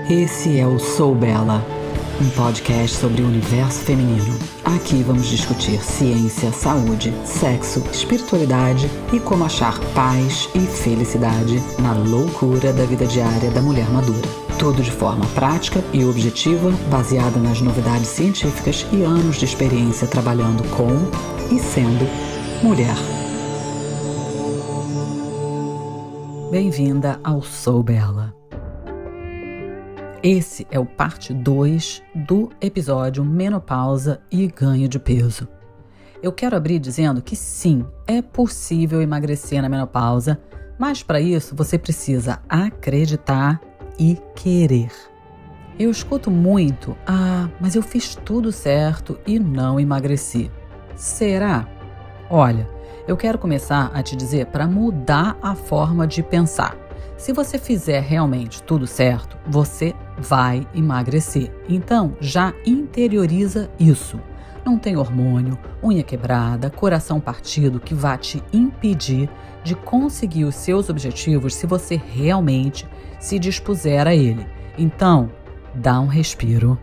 Esse é o Sou Bela, um podcast sobre o universo feminino. Aqui vamos discutir ciência, saúde, sexo, espiritualidade e como achar paz e felicidade na loucura da vida diária da mulher madura. Tudo de forma prática e objetiva, baseada nas novidades científicas e anos de experiência trabalhando com e sendo mulher. Bem-vinda ao Sou Bela. Esse é o parte 2 do episódio Menopausa e Ganho de Peso. Eu quero abrir dizendo que sim, é possível emagrecer na menopausa, mas para isso você precisa acreditar e querer. Eu escuto muito, mas eu fiz tudo certo e não emagreci. Será? Olha, eu quero começar a te dizer para mudar a forma de pensar. Se você fizer realmente tudo certo, você vai emagrecer. Então, já interioriza isso. Não tem hormônio, unha quebrada, coração partido que vá te impedir de conseguir os seus objetivos se você realmente se dispuser a ele. Então, dá um respiro.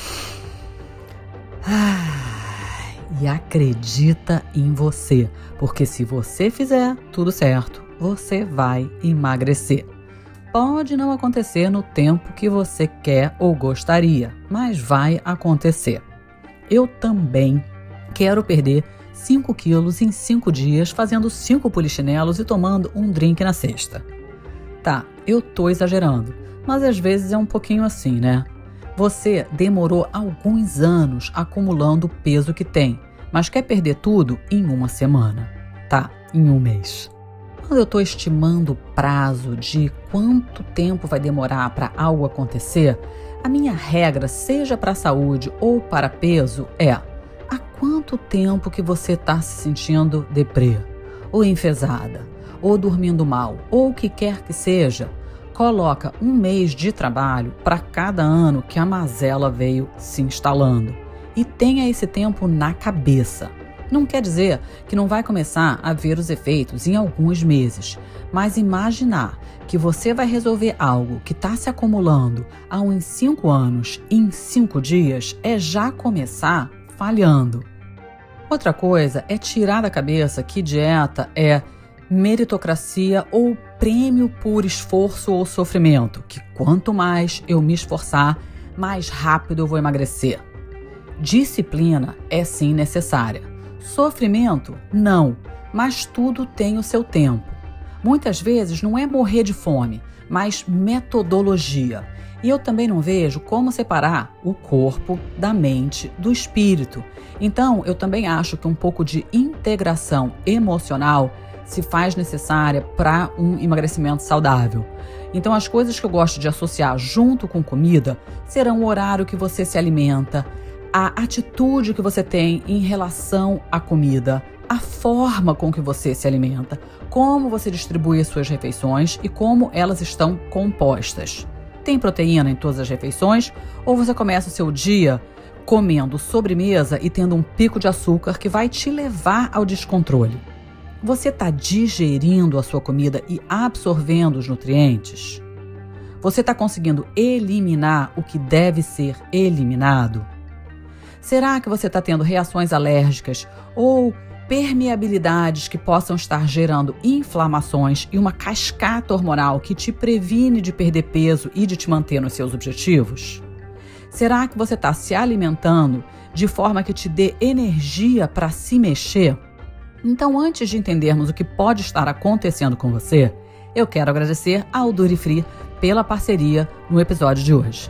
E acredita em você, porque se você fizer tudo certo, você vai emagrecer. Pode não acontecer no tempo que você quer ou gostaria, mas vai acontecer. Eu também quero perder 5 quilos em 5 dias, fazendo 5 polichinelos e tomando um drink na sexta. Tá, eu tô exagerando, mas às vezes é um pouquinho assim, né? Você demorou alguns anos acumulando o peso que tem, mas quer perder tudo em uma semana. Tá, em um mês. Quando eu estou estimando o prazo de quanto tempo vai demorar para algo acontecer, a minha regra, seja para saúde ou para peso, é há quanto tempo que você está se sentindo deprê, ou enfesada, ou dormindo mal, ou o que quer que seja, coloca um mês de trabalho para cada ano que a mazela veio se instalando e tenha esse tempo na cabeça. Não quer dizer que não vai começar a ver os efeitos em alguns meses, mas imaginar que você vai resolver algo que está se acumulando há uns 5 anos em 5 dias é já começar falhando. Outra coisa é tirar da cabeça que dieta é meritocracia ou prêmio por esforço ou sofrimento, que quanto mais eu me esforçar, mais rápido eu vou emagrecer. Disciplina é sim necessária. Sofrimento? Não, mas tudo tem o seu tempo. Muitas vezes não é morrer de fome, mas metodologia. E eu também não vejo como separar o corpo da mente do espírito. Então, eu também acho que um pouco de integração emocional se faz necessária para um emagrecimento saudável. Então, as coisas que eu gosto de associar junto com comida serão o horário que você se alimenta, a atitude que você tem em relação à comida, a forma com que você se alimenta, como você distribui as suas refeições e como elas estão compostas. Tem proteína em todas as refeições ou você começa o seu dia comendo sobremesa e tendo um pico de açúcar que vai te levar ao descontrole? Você está digerindo a sua comida e absorvendo os nutrientes? Você está conseguindo eliminar o que deve ser eliminado? Será que você está tendo reações alérgicas ou permeabilidades que possam estar gerando inflamações e uma cascata hormonal que te previne de perder peso e de te manter nos seus objetivos? Será que você está se alimentando de forma que te dê energia para se mexer? Então, antes de entendermos o que pode estar acontecendo com você, eu quero agradecer ao Durifree pela parceria no episódio de hoje.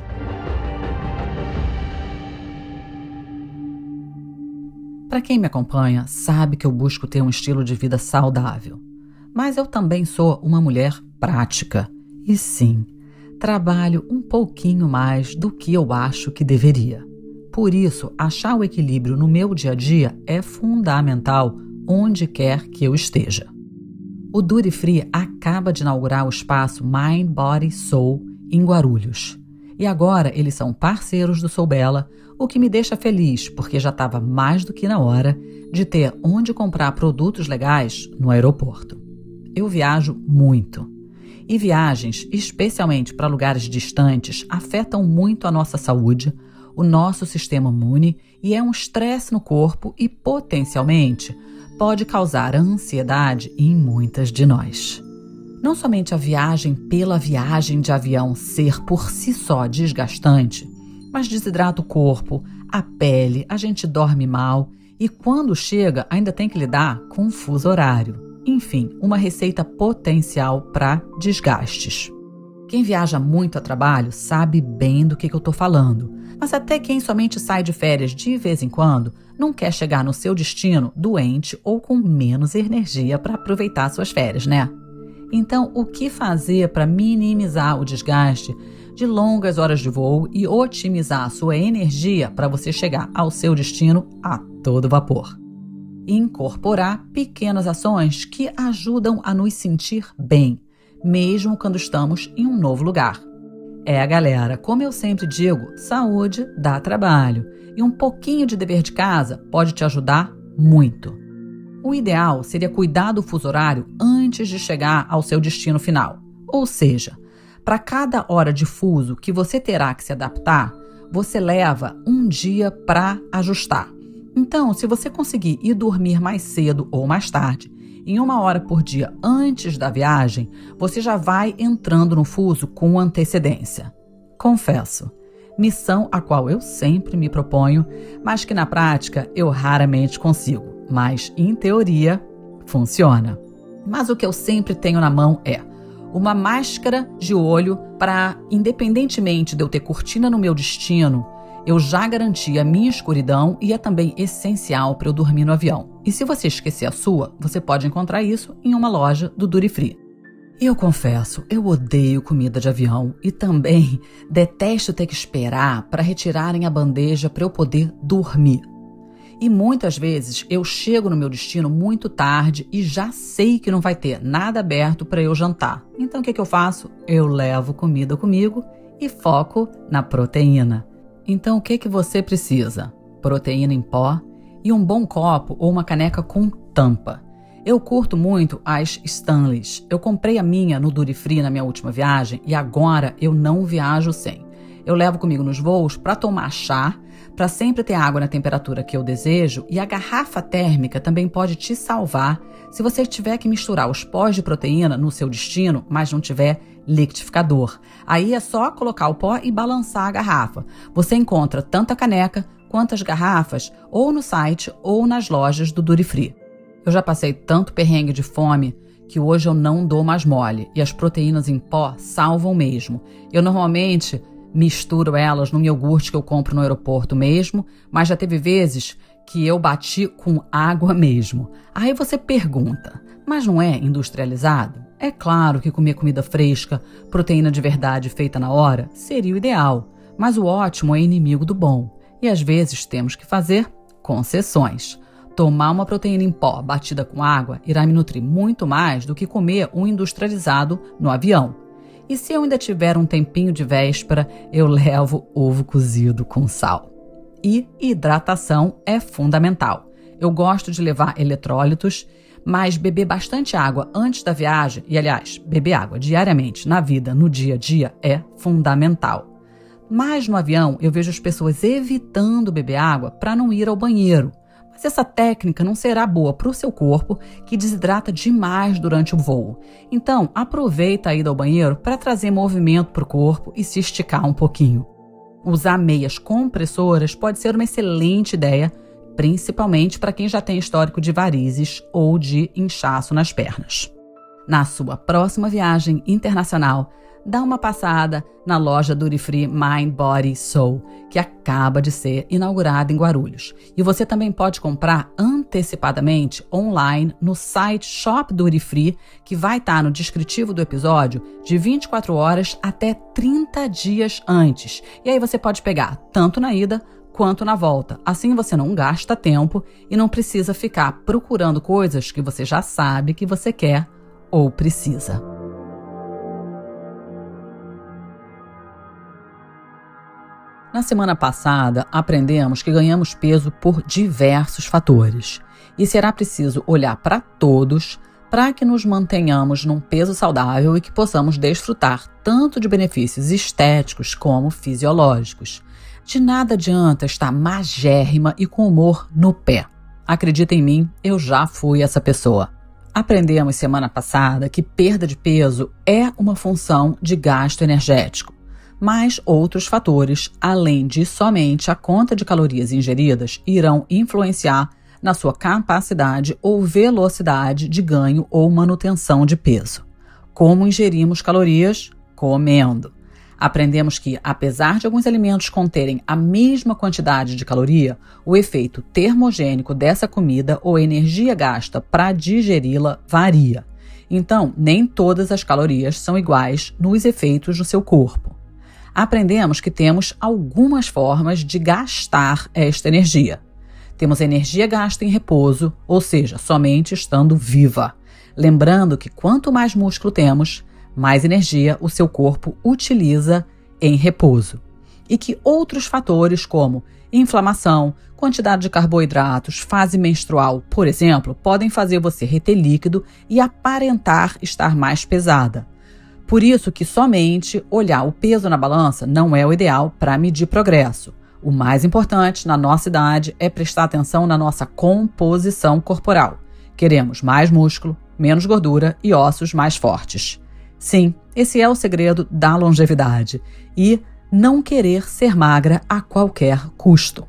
Para quem me acompanha, sabe que eu busco ter um estilo de vida saudável. Mas eu também sou uma mulher prática. E sim, trabalho um pouquinho mais do que eu acho que deveria. Por isso, achar o equilíbrio no meu dia a dia é fundamental onde quer que eu esteja. O Durifree acaba de inaugurar o espaço Mind, Body, Soul em Guarulhos. E agora eles são parceiros do Sou Bela, o que me deixa feliz, porque já estava mais do que na hora de ter onde comprar produtos legais no aeroporto. Eu viajo muito E viagens, especialmente para lugares distantes, afetam muito a nossa saúde, o nosso sistema imune e é um estresse no corpo e, potencialmente, pode causar ansiedade em muitas de nós. Não somente a viagem pela viagem de avião ser por si só desgastante, mas desidrata o corpo, a pele, a gente dorme mal e quando chega ainda tem que lidar com o fuso horário. Enfim, uma receita potencial para desgastes. Quem viaja muito a trabalho sabe bem do que eu estou falando, mas até quem somente sai de férias de vez em quando não quer chegar no seu destino doente ou com menos energia para aproveitar suas férias, né? Então, o que fazer para minimizar o desgaste de longas horas de voo e otimizar a sua energia para você chegar ao seu destino a todo vapor? Incorporar pequenas ações que ajudam a nos sentir bem, mesmo quando estamos em um novo lugar. Galera, como eu sempre digo, saúde dá trabalho e um pouquinho de dever de casa pode te ajudar muito. O ideal seria cuidar do fuso horário antes de chegar ao seu destino final. Ou seja, para cada hora de fuso que você terá que se adaptar, você leva um dia para ajustar. Então, se você conseguir ir dormir mais cedo ou mais tarde, em 1 hora por dia antes da viagem, você já vai entrando no fuso com antecedência. Confesso, missão a qual eu sempre me proponho, mas que na prática eu raramente consigo. Mas, em teoria, funciona. Mas o que eu sempre tenho na mão é uma máscara de olho para, independentemente de eu ter cortina no meu destino, eu já garanti a minha escuridão e é também essencial para eu dormir no avião. E se você esquecer a sua, você pode encontrar isso em uma loja do Duty Free. Eu confesso, eu odeio comida de avião e também detesto ter que esperar para retirarem a bandeja para eu poder dormir. E muitas vezes eu chego no meu destino muito tarde e já sei que não vai ter nada aberto para eu jantar. Então o que eu faço? Eu levo comida comigo e foco na proteína. Então, o que você precisa? Proteína em pó e um bom copo ou uma caneca com tampa. Eu curto muito as Stanleys. Eu comprei a minha no Duty Free na minha última viagem e agora eu não viajo sem. Eu levo comigo nos voos para tomar chá, para sempre ter água na temperatura que eu desejo e a garrafa térmica também pode te salvar se você tiver que misturar os pós de proteína no seu destino, mas não tiver liquidificador. Aí é só colocar o pó e balançar a garrafa. Você encontra tanto a caneca quanto as garrafas ou no site ou nas lojas do Duty Free. Eu já passei tanto perrengue de fome que hoje eu não dou mais mole e as proteínas em pó salvam mesmo. Eu normalmente misturo elas no iogurte que eu compro no aeroporto mesmo, mas já teve vezes que eu bati com água mesmo. Aí você pergunta, mas não é industrializado? É claro que comer comida fresca, proteína de verdade feita na hora, seria o ideal, mas o ótimo é inimigo do bom. E às vezes temos que fazer concessões. Tomar uma proteína em pó batida com água irá me nutrir muito mais do que comer um industrializado no avião. E se eu ainda tiver um tempinho de véspera, eu levo ovo cozido com sal. E hidratação é fundamental. Eu gosto de levar eletrólitos, mas beber bastante água antes da viagem, e aliás, beber água diariamente na vida, no dia a dia, é fundamental. Mas no avião eu vejo as pessoas evitando beber água para não ir ao banheiro. Mas essa técnica não será boa para o seu corpo, que desidrata demais durante o voo. Então, aproveita a ida ao banheiro para trazer movimento para o corpo e se esticar um pouquinho. Usar meias compressoras pode ser uma excelente ideia, principalmente para quem já tem histórico de varizes ou de inchaço nas pernas. Na sua próxima viagem internacional, dá uma passada na loja Duty Free Mind, Body, Soul, que acaba de ser inaugurada em Guarulhos. E você também pode comprar antecipadamente online no site Shop Duty Free, que vai estar no descritivo do episódio, de 24 horas até 30 dias antes. E aí você pode pegar tanto na ida quanto na volta. Assim você não gasta tempo e não precisa ficar procurando coisas que você já sabe que você quer ou precisa. Na semana passada, aprendemos que ganhamos peso por diversos fatores e será preciso olhar para todos para que nos mantenhamos num peso saudável e que possamos desfrutar tanto de benefícios estéticos como fisiológicos. De nada adianta estar magérrima e com o humor no pé. Acredita em mim, eu já fui essa pessoa. Aprendemos semana passada que perda de peso é uma função de gasto energético, mas outros fatores, além de somente a conta de calorias ingeridas, irão influenciar na sua capacidade ou velocidade de ganho ou manutenção de peso. Como ingerimos calorias? Comendo. Aprendemos que, apesar de alguns alimentos conterem a mesma quantidade de caloria, o efeito termogênico dessa comida ou energia gasta para digeri-la varia. Então, nem todas as calorias são iguais nos efeitos no seu corpo. Aprendemos que temos algumas formas de gastar esta energia. Temos energia gasta em repouso, ou seja, somente estando viva. Lembrando que quanto mais músculo temos, mais energia o seu corpo utiliza em repouso. E que outros fatores como inflamação, quantidade de carboidratos, fase menstrual, por exemplo, podem fazer você reter líquido e aparentar estar mais pesada. Por isso que somente olhar o peso na balança não é o ideal para medir progresso. O mais importante na nossa idade é prestar atenção na nossa composição corporal. Queremos mais músculo, menos gordura e ossos mais fortes. Sim, esse é o segredo da longevidade e não querer ser magra a qualquer custo.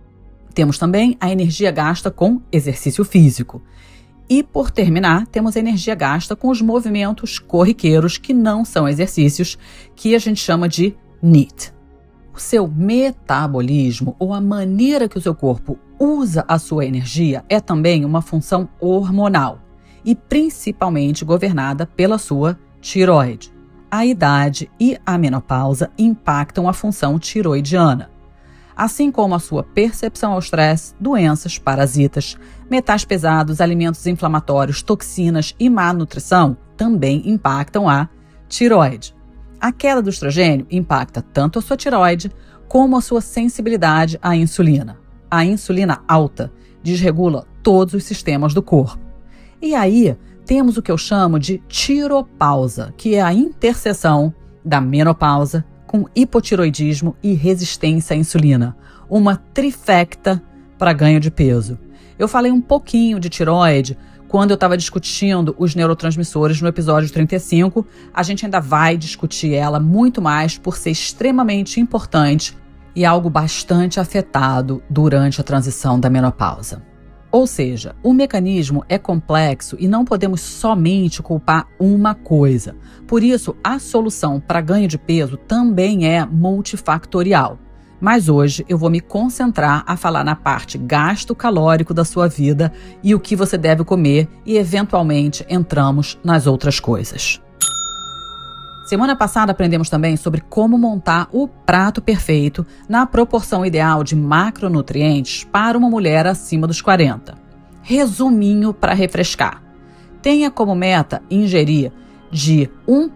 Temos também a energia gasta com exercício físico. E, por terminar, temos a energia gasta com os movimentos corriqueiros que não são exercícios, que a gente chama de NEAT. O seu metabolismo ou a maneira que o seu corpo usa a sua energia é também uma função hormonal e principalmente governada pela sua tireoide. A idade e a menopausa impactam a função tiroidiana, assim como a sua percepção ao estresse, doenças, parasitas, metais pesados, alimentos inflamatórios, toxinas e má nutrição também impactam a tireoide. A queda do estrogênio impacta tanto a sua tireoide como a sua sensibilidade à insulina. A insulina alta desregula todos os sistemas do corpo. E aí temos o que eu chamo de tiropausa, que é a interseção da menopausa com hipotiroidismo e resistência à insulina, uma trifecta para ganho de peso. Eu falei um pouquinho de tireoide quando eu estava discutindo os neurotransmissores no episódio 35, a gente ainda vai discutir ela muito mais por ser extremamente importante e algo bastante afetado durante a transição da menopausa. Ou seja, o mecanismo é complexo e não podemos somente culpar uma coisa. Por isso, a solução para ganho de peso também é multifactorial. Mas hoje eu vou me concentrar a falar na parte gasto calórico da sua vida e o que você deve comer e, eventualmente, entramos nas outras coisas. Semana passada aprendemos também sobre como montar o prato perfeito na proporção ideal de macronutrientes para uma mulher acima dos 40. Resuminho para refrescar. Tenha como meta ingerir de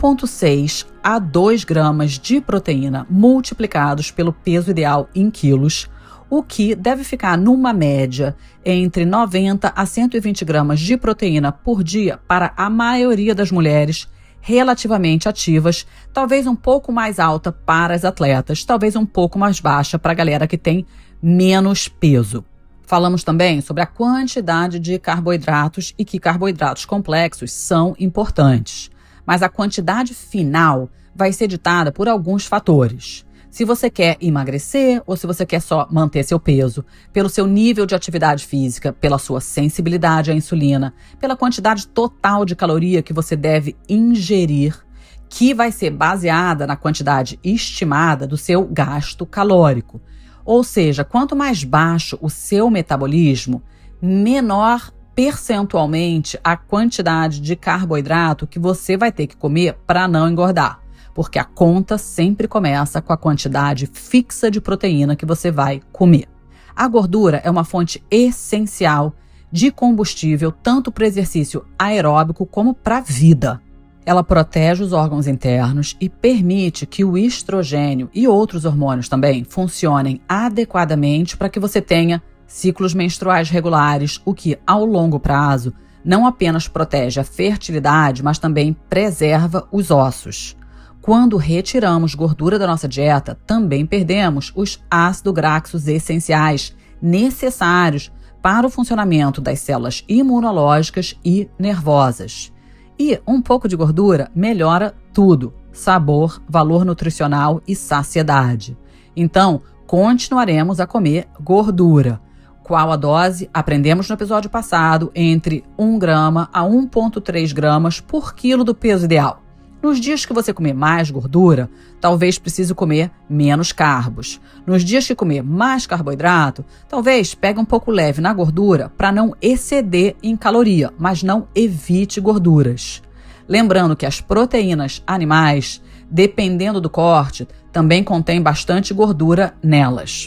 1,6 a 2 gramas de proteína multiplicados pelo peso ideal em quilos, o que deve ficar numa média entre 90 a 120 gramas de proteína por dia para a maioria das mulheres relativamente ativas, talvez um pouco mais alta para as atletas, talvez um pouco mais baixa para a galera que tem menos peso. Falamos também sobre a quantidade de carboidratos e que carboidratos complexos são importantes. Mas a quantidade final vai ser ditada por alguns fatores. Se você quer emagrecer ou se você quer só manter seu peso, pelo seu nível de atividade física, pela sua sensibilidade à insulina, pela quantidade total de caloria que você deve ingerir, que vai ser baseada na quantidade estimada do seu gasto calórico. Ou seja, quanto mais baixo o seu metabolismo, menor percentualmente a quantidade de carboidrato que você vai ter que comer para não engordar, porque a conta sempre começa com a quantidade fixa de proteína que você vai comer. A gordura é uma fonte essencial de combustível tanto para o exercício aeróbico como para a vida. Ela protege os órgãos internos e permite que o estrogênio e outros hormônios também funcionem adequadamente para que você tenha ciclos menstruais regulares, o que, ao longo prazo, não apenas protege a fertilidade, mas também preserva os ossos. Quando retiramos gordura da nossa dieta, também perdemos os ácidos graxos essenciais necessários para o funcionamento das células imunológicas e nervosas. E um pouco de gordura melhora tudo: sabor, valor nutricional e saciedade. Então, continuaremos a comer gordura. Qual a dose? Aprendemos no episódio passado, entre 1 grama a 1,3 gramas por quilo do peso ideal. Nos dias que você comer mais gordura, talvez precise comer menos carbos. Nos dias que comer mais carboidrato, talvez pegue um pouco leve na gordura para não exceder em caloria, mas não evite gorduras. Lembrando que as proteínas animais, dependendo do corte, também contém bastante gordura nelas.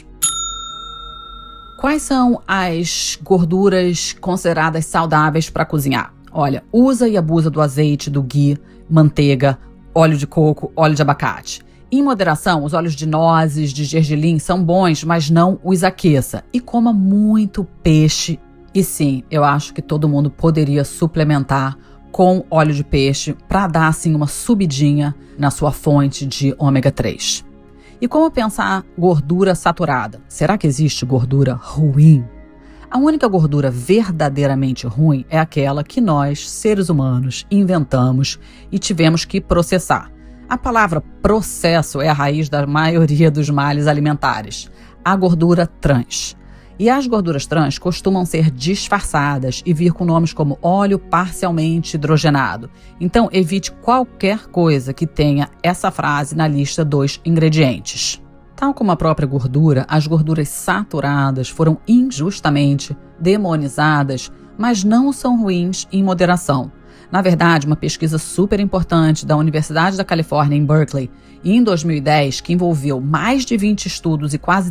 Quais são as gorduras consideradas saudáveis para cozinhar? Olha, usa e abusa do azeite, do ghee, manteiga, óleo de coco, óleo de abacate. Em moderação, os óleos de nozes, de gergelim são bons, mas não os aqueça. E coma muito peixe. E sim, eu acho que todo mundo poderia suplementar com óleo de peixe para dar assim uma subidinha na sua fonte de ômega 3. E como pensar gordura saturada? Será que existe gordura ruim? A única gordura verdadeiramente ruim é aquela que nós, seres humanos, inventamos e tivemos que processar. A palavra processo é a raiz da maioria dos males alimentares. A gordura trans. E as gorduras trans costumam ser disfarçadas e vir com nomes como óleo parcialmente hidrogenado. Então, evite qualquer coisa que tenha essa frase na lista dos ingredientes. Tal como a própria gordura, as gorduras saturadas foram injustamente demonizadas, mas não são ruins em moderação. Na verdade, uma pesquisa super importante da Universidade da Califórnia em Berkeley, em 2010, que envolveu mais de 20 estudos e quase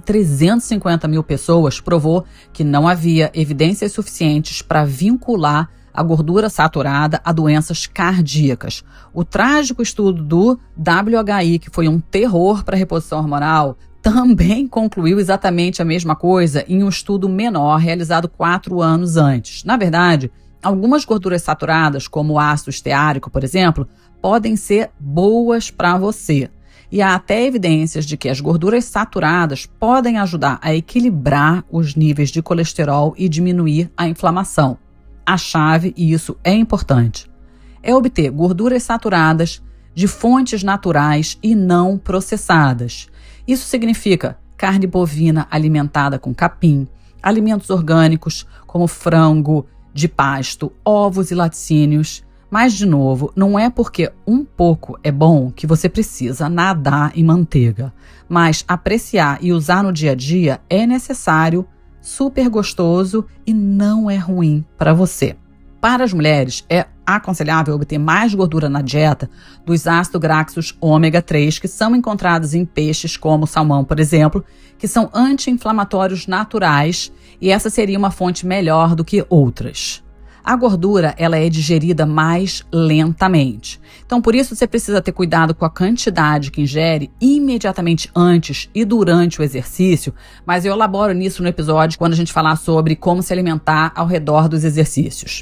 350 mil pessoas, provou que não havia evidências suficientes para vincular a gordura saturada a doenças cardíacas. O trágico estudo do WHI, que foi um terror para a reposição hormonal, também concluiu exatamente a mesma coisa em um estudo menor realizado 4 anos antes. Na verdade, algumas gorduras saturadas, como o ácido esteárico, por exemplo, podem ser boas para você. E há até evidências de que as gorduras saturadas podem ajudar a equilibrar os níveis de colesterol e diminuir a inflamação. A chave, e isso é importante, é obter gorduras saturadas de fontes naturais e não processadas. Isso significa carne bovina alimentada com capim, alimentos orgânicos como frango de pasto, ovos e laticínios. Mas, de novo, não é porque um pouco é bom que você precisa nadar em manteiga. Mas apreciar e usar no dia a dia é necessário, super gostoso e não é ruim para você. Para as mulheres, é aconselhável obter mais gordura na dieta dos ácidos graxos ômega 3, que são encontrados em peixes como o salmão, por exemplo, que são anti-inflamatórios naturais, e essa seria uma fonte melhor do que outras. A gordura, ela é digerida mais lentamente. Então, por isso, você precisa ter cuidado com a quantidade que ingere imediatamente antes e durante o exercício, mas eu elaboro nisso no episódio quando a gente falar sobre como se alimentar ao redor dos exercícios.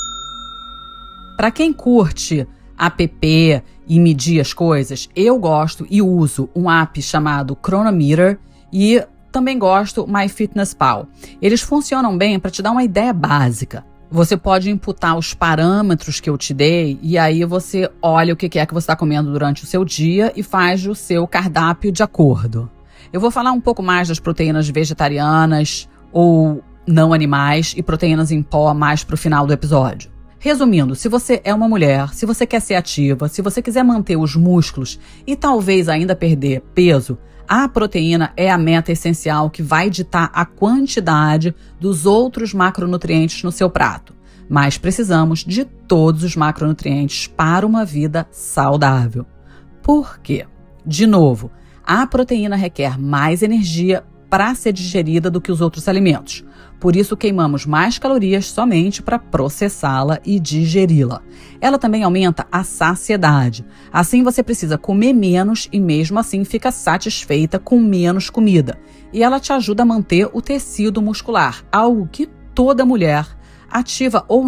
Para quem curte app e medir as coisas, eu gosto e uso um app chamado Cronometer e também gosto MyFitnessPal. Eles funcionam bem para te dar uma ideia básica. Você pode imputar os parâmetros que eu te dei e aí você olha o que é que você está comendo durante o seu dia e faz o seu cardápio de acordo. Eu vou falar um pouco mais das proteínas vegetarianas ou não animais e proteínas em pó mais para o final do episódio. Resumindo, se você é uma mulher, se você quer ser ativa, se você quiser manter os músculos e talvez ainda perder peso, a proteína é a meta essencial que vai ditar a quantidade dos outros macronutrientes no seu prato. Mas precisamos de todos os macronutrientes para uma vida saudável. Por quê? De novo, a proteína requer mais energia para ser digerida do que os outros alimentos. Por isso, queimamos mais calorias somente para processá-la e digeri-la. Ela também aumenta a saciedade. Assim, você precisa comer menos e, mesmo assim, fica satisfeita com menos comida. E ela te ajuda a manter o tecido muscular, algo que toda mulher, ativa ou não,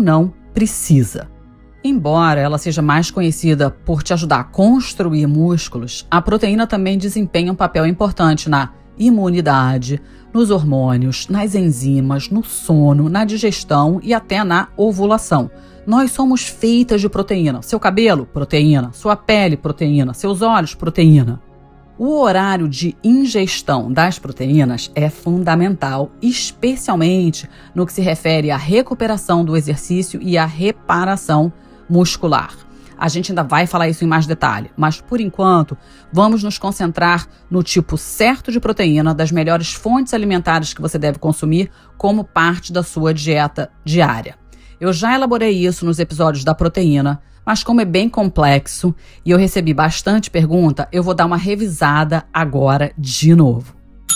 precisa. Embora ela seja mais conhecida por te ajudar a construir músculos, a proteína também desempenha um papel importante na imunidade, nos hormônios, nas enzimas, no sono, na digestão e até na ovulação. Nós somos feitas de proteína. Seu cabelo, proteína. Sua pele, proteína. Seus olhos, proteína. O horário de ingestão das proteínas é fundamental, especialmente no que se refere à recuperação do exercício e à reparação muscular. A gente ainda vai falar isso em mais detalhe, mas por enquanto vamos nos concentrar no tipo certo de proteína das melhores fontes alimentares que você deve consumir como parte da sua dieta diária. Eu já elaborei isso nos episódios da proteína, mas como é bem complexo e eu recebi bastante pergunta, eu vou dar uma revisada agora de novo.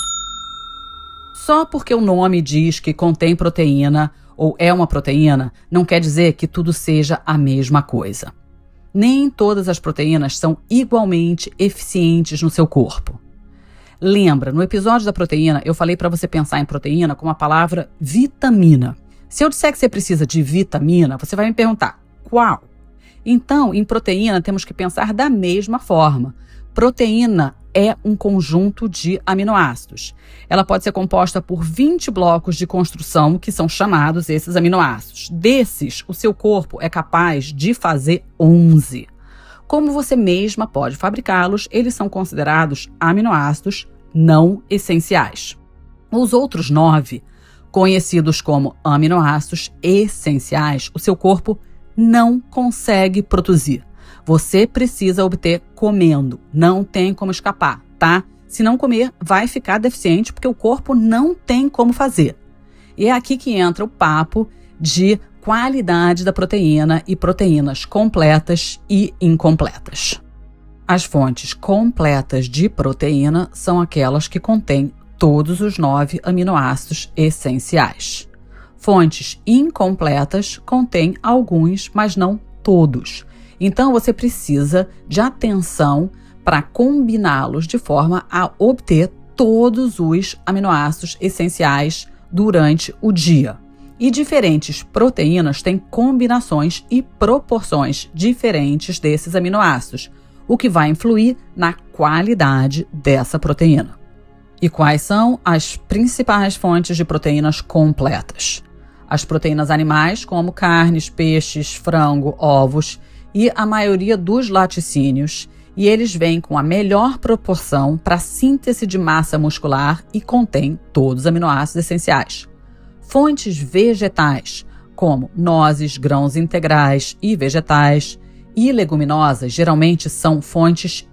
Só porque o nome diz que contém proteína ou é uma proteína, não quer dizer que tudo seja a mesma coisa. Nem todas as proteínas são igualmente eficientes no seu corpo. Lembra, no episódio da proteína, eu falei para você pensar em proteína com a palavra vitamina. Se eu disser que você precisa de vitamina, você vai me perguntar, qual? Então, em proteína, temos que pensar da mesma forma. Proteína é um conjunto de aminoácidos. Ela pode ser composta por 20 blocos de construção, que são chamados esses aminoácidos. Desses, o seu corpo é capaz de fazer 11. Como você mesma pode fabricá-los, eles são considerados aminoácidos não essenciais. Os outros 9, conhecidos como aminoácidos essenciais, o seu corpo não consegue produzir. Você precisa obter comendo, não tem como escapar, tá? Se não comer, vai ficar deficiente porque o corpo não tem como fazer. E é aqui que entra o papo de qualidade da proteína e proteínas completas e incompletas. As fontes completas de proteína são aquelas que contêm todos os 9 aminoácidos essenciais. Fontes incompletas contêm alguns, mas não todos. Então, você precisa de atenção para combiná-los de forma a obter todos os aminoácidos essenciais durante o dia. E diferentes proteínas têm combinações e proporções diferentes desses aminoácidos, o que vai influir na qualidade dessa proteína. E quais são as principais fontes de proteínas completas? As proteínas animais, como carnes, peixes, frango, ovos e a maioria dos laticínios, e eles vêm com a melhor proporção para a síntese de massa muscular e contêm todos os aminoácidos essenciais. Fontes vegetais, como nozes, grãos integrais e vegetais, e leguminosas, geralmente são fontes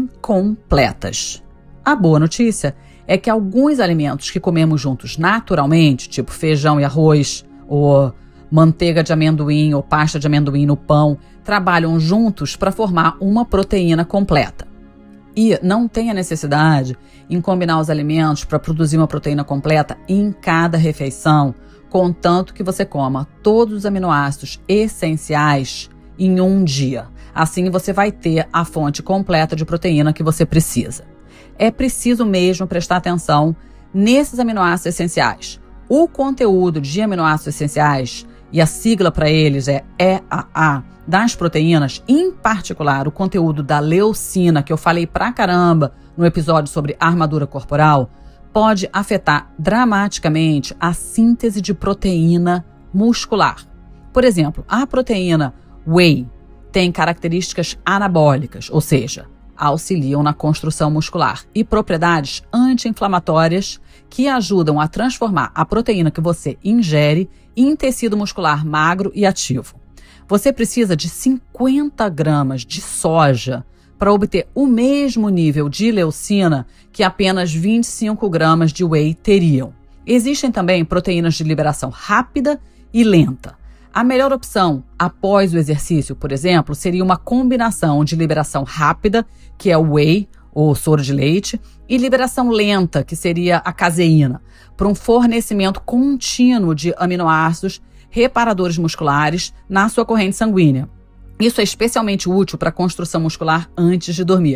incompletas. A boa notícia é que alguns alimentos que comemos juntos naturalmente, tipo feijão e arroz, ou manteiga de amendoim ou pasta de amendoim no pão, trabalham juntos para formar uma proteína completa. E não tem a necessidade em combinar os alimentos para produzir uma proteína completa em cada refeição, contanto que você coma todos os aminoácidos essenciais em um dia. Assim você vai ter a fonte completa de proteína que você precisa. É preciso mesmo prestar atenção nesses aminoácidos essenciais. O conteúdo de aminoácidos essenciais, e a sigla para eles é EAA, das proteínas, em particular o conteúdo da leucina, que eu falei pra caramba no episódio sobre armadura corporal, pode afetar dramaticamente a síntese de proteína muscular. Por exemplo, a proteína Whey tem características anabólicas, ou seja, auxiliam na construção muscular, e propriedades anti-inflamatórias que ajudam a transformar a proteína que você ingere em tecido muscular magro e ativo. Você precisa de 50 gramas de soja para obter o mesmo nível de leucina que apenas 25 gramas de whey teriam. Existem também proteínas de liberação rápida e lenta. A melhor opção após o exercício, por exemplo, seria uma combinação de liberação rápida, que é o whey ou soro de leite, e liberação lenta, que seria a caseína, para um fornecimento contínuo de aminoácidos reparadores musculares na sua corrente sanguínea. Isso é especialmente útil para a construção muscular antes de dormir.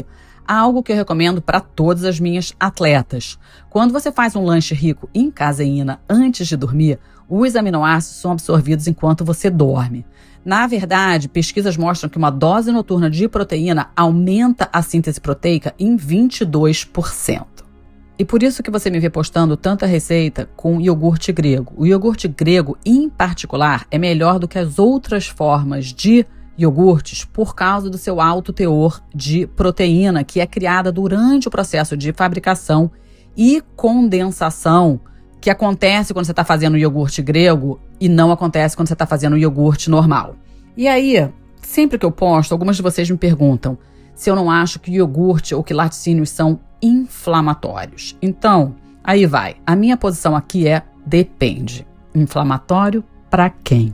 algo que eu recomendo para todas as minhas atletas. Quando você faz um lanche rico em caseína antes de dormir, os aminoácidos são absorvidos enquanto você dorme. Na verdade, pesquisas mostram que uma dose noturna de proteína aumenta a síntese proteica em 22%. E por isso que você me vê postando tanta receita com iogurte grego. O iogurte grego, em particular, é melhor do que as outras formas de iogurtes por causa do seu alto teor de proteína, que é criada durante o processo de fabricação e condensação, que acontece quando você está fazendo o iogurte grego e não acontece quando você está fazendo o iogurte normal. E aí, sempre que eu posto, algumas de vocês me perguntam se eu não acho que iogurte ou que laticínios são inflamatórios. Então, aí vai. A minha posição aqui é depende. Inflamatório para quem?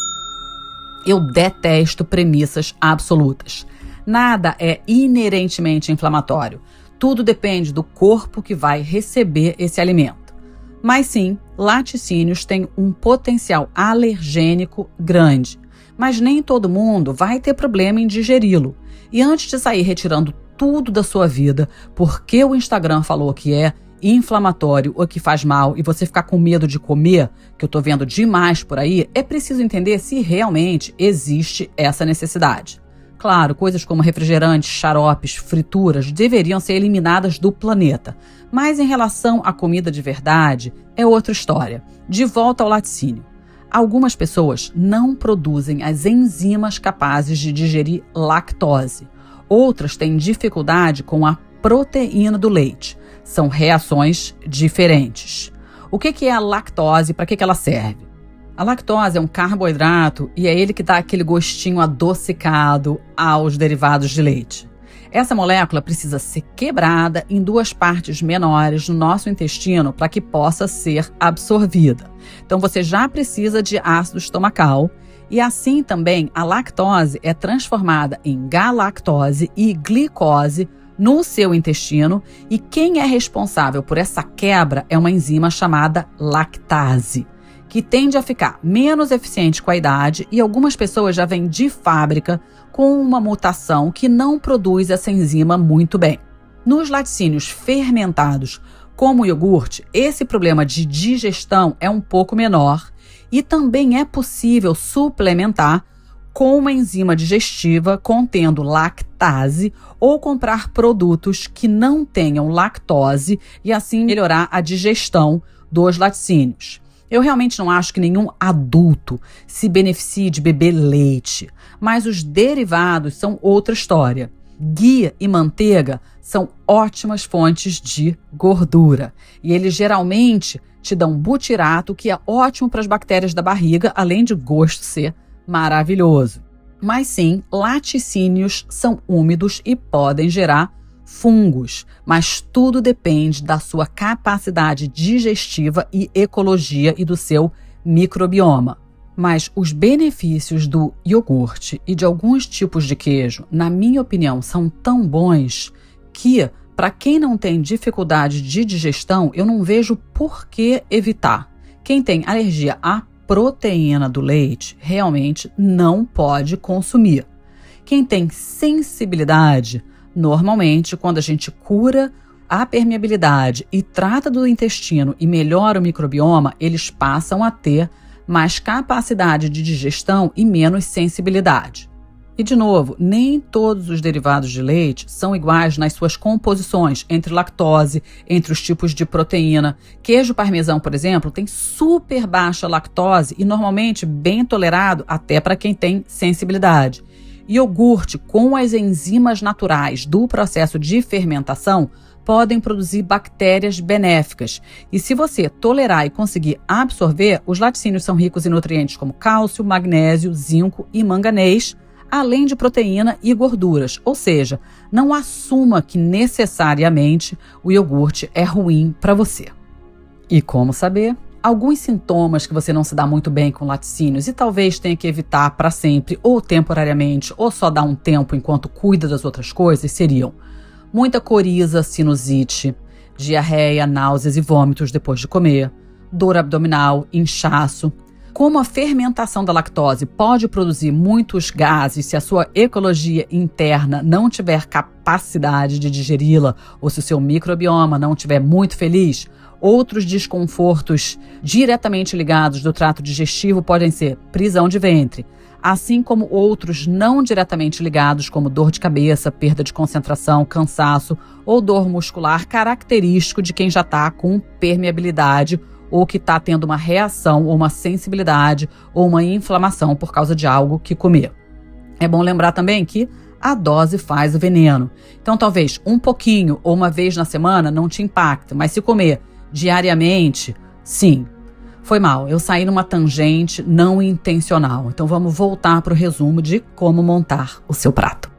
Eu detesto premissas absolutas. Nada é inerentemente inflamatório. Tudo depende do corpo que vai receber esse alimento. Mas sim, laticínios têm um potencial alergênico grande. Mas nem todo mundo vai ter problema em digeri-lo. E antes de sair retirando tudo da sua vida, porque o Instagram falou que é inflamatório ou que faz mal e você ficar com medo de comer, que eu tô vendo demais por aí, é preciso entender se realmente existe essa necessidade. Claro, coisas como refrigerantes, xaropes, frituras deveriam ser eliminadas do planeta. Mas em relação à comida de verdade, é outra história. De volta ao laticínio. Algumas pessoas não produzem as enzimas capazes de digerir lactose. Outras têm dificuldade com a proteína do leite. São reações diferentes. O que é a lactose e para que ela serve? A lactose é um carboidrato e é ele que dá aquele gostinho adocicado aos derivados de leite. Essa molécula precisa ser quebrada em duas partes menores no nosso intestino para que possa ser absorvida. Então você já precisa de ácido estomacal e assim também a lactose é transformada em galactose e glicose no seu intestino e quem é responsável por essa quebra é uma enzima chamada lactase, que tende a ficar menos eficiente com a idade e algumas pessoas já vêm de fábrica com uma mutação que não produz essa enzima muito bem. Nos laticínios fermentados, como o iogurte, esse problema de digestão é um pouco menor e também é possível suplementar com uma enzima digestiva contendo lactase ou comprar produtos que não tenham lactose e assim melhorar a digestão dos laticínios. Eu realmente não acho que nenhum adulto se beneficie de beber leite, mas os derivados são outra história. Ghee e manteiga são ótimas fontes de gordura e eles geralmente te dão butirato, que é ótimo para as bactérias da barriga, além de gosto ser maravilhoso. Mas sim, laticínios são úmidos e podem gerar fungos, mas tudo depende da sua capacidade digestiva e ecologia e do seu microbioma. Mas os benefícios do iogurte e de alguns tipos de queijo, na minha opinião, são tão bons que, para quem não tem dificuldade de digestão, eu não vejo por que evitar. Quem tem alergia à proteína do leite realmente não pode consumir. Quem tem sensibilidade, normalmente, quando a gente cura a permeabilidade e trata do intestino e melhora o microbioma, eles passam a ter mais capacidade de digestão e menos sensibilidade. E, de novo, nem todos os derivados de leite são iguais nas suas composições, entre lactose, entre os tipos de proteína. Queijo parmesão, por exemplo, tem super baixa lactose e normalmente bem tolerado até para quem tem sensibilidade. Iogurte com as enzimas naturais do processo de fermentação podem produzir bactérias benéficas. E se você tolerar e conseguir absorver, os laticínios são ricos em nutrientes como cálcio, magnésio, zinco e manganês, além de proteína e gorduras. Ou seja, não assuma que necessariamente o iogurte é ruim para você. E como saber? Alguns sintomas que você não se dá muito bem com laticínios e talvez tenha que evitar para sempre ou temporariamente ou só dar um tempo enquanto cuida das outras coisas seriam muita coriza, sinusite, diarreia, náuseas e vômitos depois de comer, dor abdominal, inchaço, Como a fermentação da lactose pode produzir muitos gases se a sua ecologia interna não tiver capacidade de digeri-la ou se o seu microbioma não estiver muito feliz, outros desconfortos diretamente ligados do trato digestivo podem ser prisão de ventre, assim como outros não diretamente ligados, como dor de cabeça, perda de concentração, cansaço ou dor muscular característico de quem já está com permeabilidade ou que está tendo uma reação ou uma sensibilidade ou uma inflamação por causa de algo que comer. É bom lembrar também que a dose faz o veneno. Então, talvez um pouquinho ou uma vez na semana não te impacte, mas se comer diariamente, sim. Foi mal, eu saí numa tangente não intencional. Então vamos voltar para o resumo de como montar o seu prato.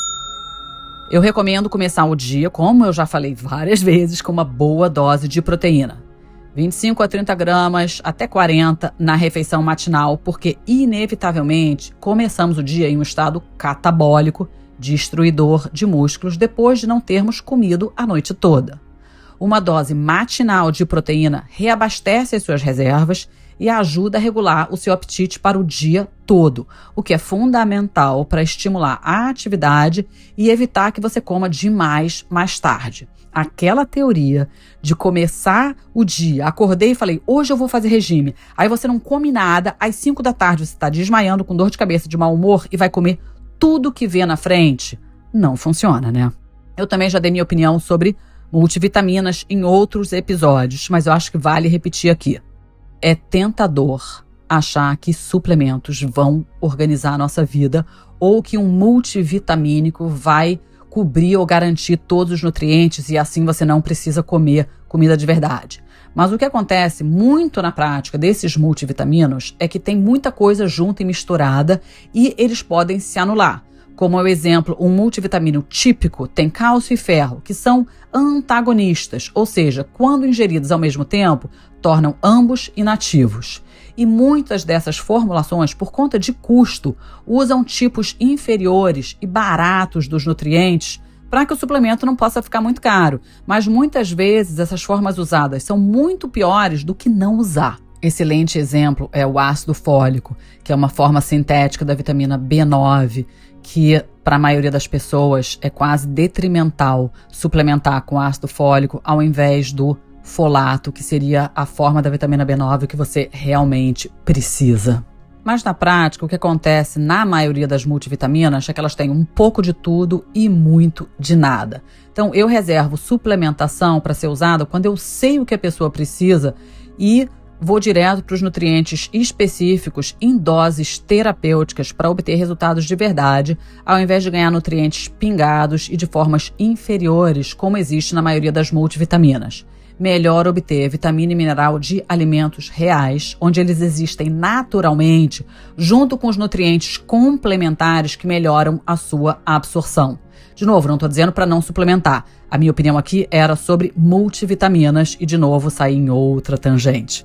Eu recomendo começar o dia, como eu já falei várias vezes, com uma boa dose de proteína. 25 a 30 gramas, até 40 na refeição matinal, porque inevitavelmente começamos o dia em um estado catabólico, destruidor de músculos, depois de não termos comido a noite toda. Uma dose matinal de proteína reabastece as suas reservas e ajuda a regular o seu apetite para o dia todo, o que é fundamental para estimular a atividade e evitar que você coma demais mais tarde. Aquela teoria de começar o dia, acordei e falei, hoje eu vou fazer regime, aí você não come nada, às 5 da tarde você está desmaiando com dor de cabeça, de mau humor e vai comer tudo que vê na frente, não funciona, né? Eu também já dei minha opinião sobre multivitaminas em outros episódios, mas eu acho que vale repetir aqui. É tentador achar que suplementos vão organizar a nossa vida ou que um multivitamínico vai cobrir ou garantir todos os nutrientes e assim você não precisa comer comida de verdade. Mas o que acontece muito na prática desses multivitaminos é que tem muita coisa junta e misturada e eles podem se anular. Como é o exemplo, um multivitamínico típico tem cálcio e ferro, que são antagonistas, ou seja, quando ingeridos ao mesmo tempo, tornam ambos inativos. E muitas dessas formulações, por conta de custo, usam tipos inferiores e baratos dos nutrientes para que o suplemento não possa ficar muito caro. Mas muitas vezes essas formas usadas são muito piores do que não usar. Excelente exemplo é o ácido fólico, que é uma forma sintética da vitamina B9, que para a maioria das pessoas é quase detrimental suplementar com ácido fólico ao invés do folato, que seria a forma da vitamina B9 que você realmente precisa. Mas na prática, o que acontece na maioria das multivitaminas é que elas têm um pouco de tudo e muito de nada. Então eu reservo suplementação para ser usada quando eu sei o que a pessoa precisa e vou direto para os nutrientes específicos em doses terapêuticas para obter resultados de verdade, ao invés de ganhar nutrientes pingados e de formas inferiores, como existe na maioria das multivitaminas. Melhor obter vitamina e mineral de alimentos reais, onde eles existem naturalmente, junto com os nutrientes complementares que melhoram a sua absorção. De novo, não estou dizendo para não suplementar. A minha opinião aqui era sobre multivitaminas e, de novo, saí em outra tangente.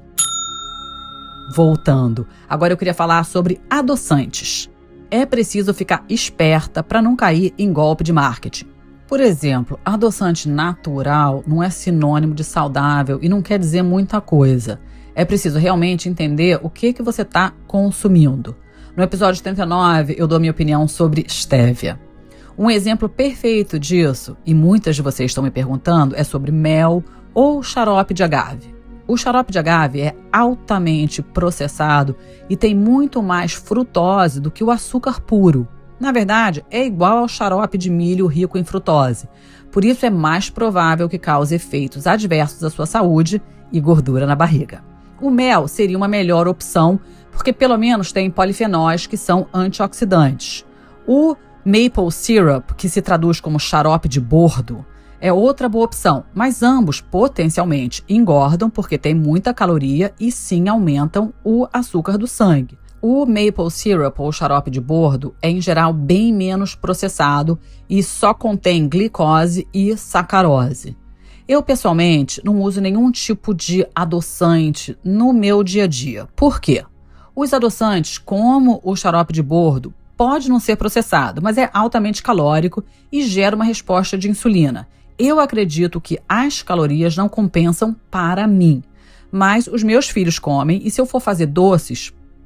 Voltando, agora eu queria falar sobre adoçantes. É preciso ficar esperta para não cair em golpe de marketing. Por exemplo, adoçante natural não é sinônimo de saudável e não quer dizer muita coisa. É preciso realmente entender o que você está consumindo. No episódio 39, eu dou minha opinião sobre stevia. Um exemplo perfeito disso, e muitas de vocês estão me perguntando, é sobre mel ou xarope de agave. O xarope de agave é altamente processado e tem muito mais frutose do que o açúcar puro. Na verdade, é igual ao xarope de milho rico em frutose. Por isso é mais provável que cause efeitos adversos à sua saúde e gordura na barriga. O mel seria uma melhor opção, porque pelo menos tem polifenóis que são antioxidantes. O maple syrup, que se traduz como xarope de bordo, é outra boa opção, mas ambos potencialmente engordam porque tem muita caloria e sim aumentam o açúcar do sangue. O maple syrup ou xarope de bordo é em geral bem menos processado e só contém glicose e sacarose. Eu pessoalmente não uso nenhum tipo de adoçante no meu dia a dia. Por quê? Os adoçantes, como o xarope de bordo, pode não ser processado, mas é altamente calórico e gera uma resposta de insulina. Eu acredito que as calorias não compensam para mim, mas os meus filhos comem e se eu for fazer doces,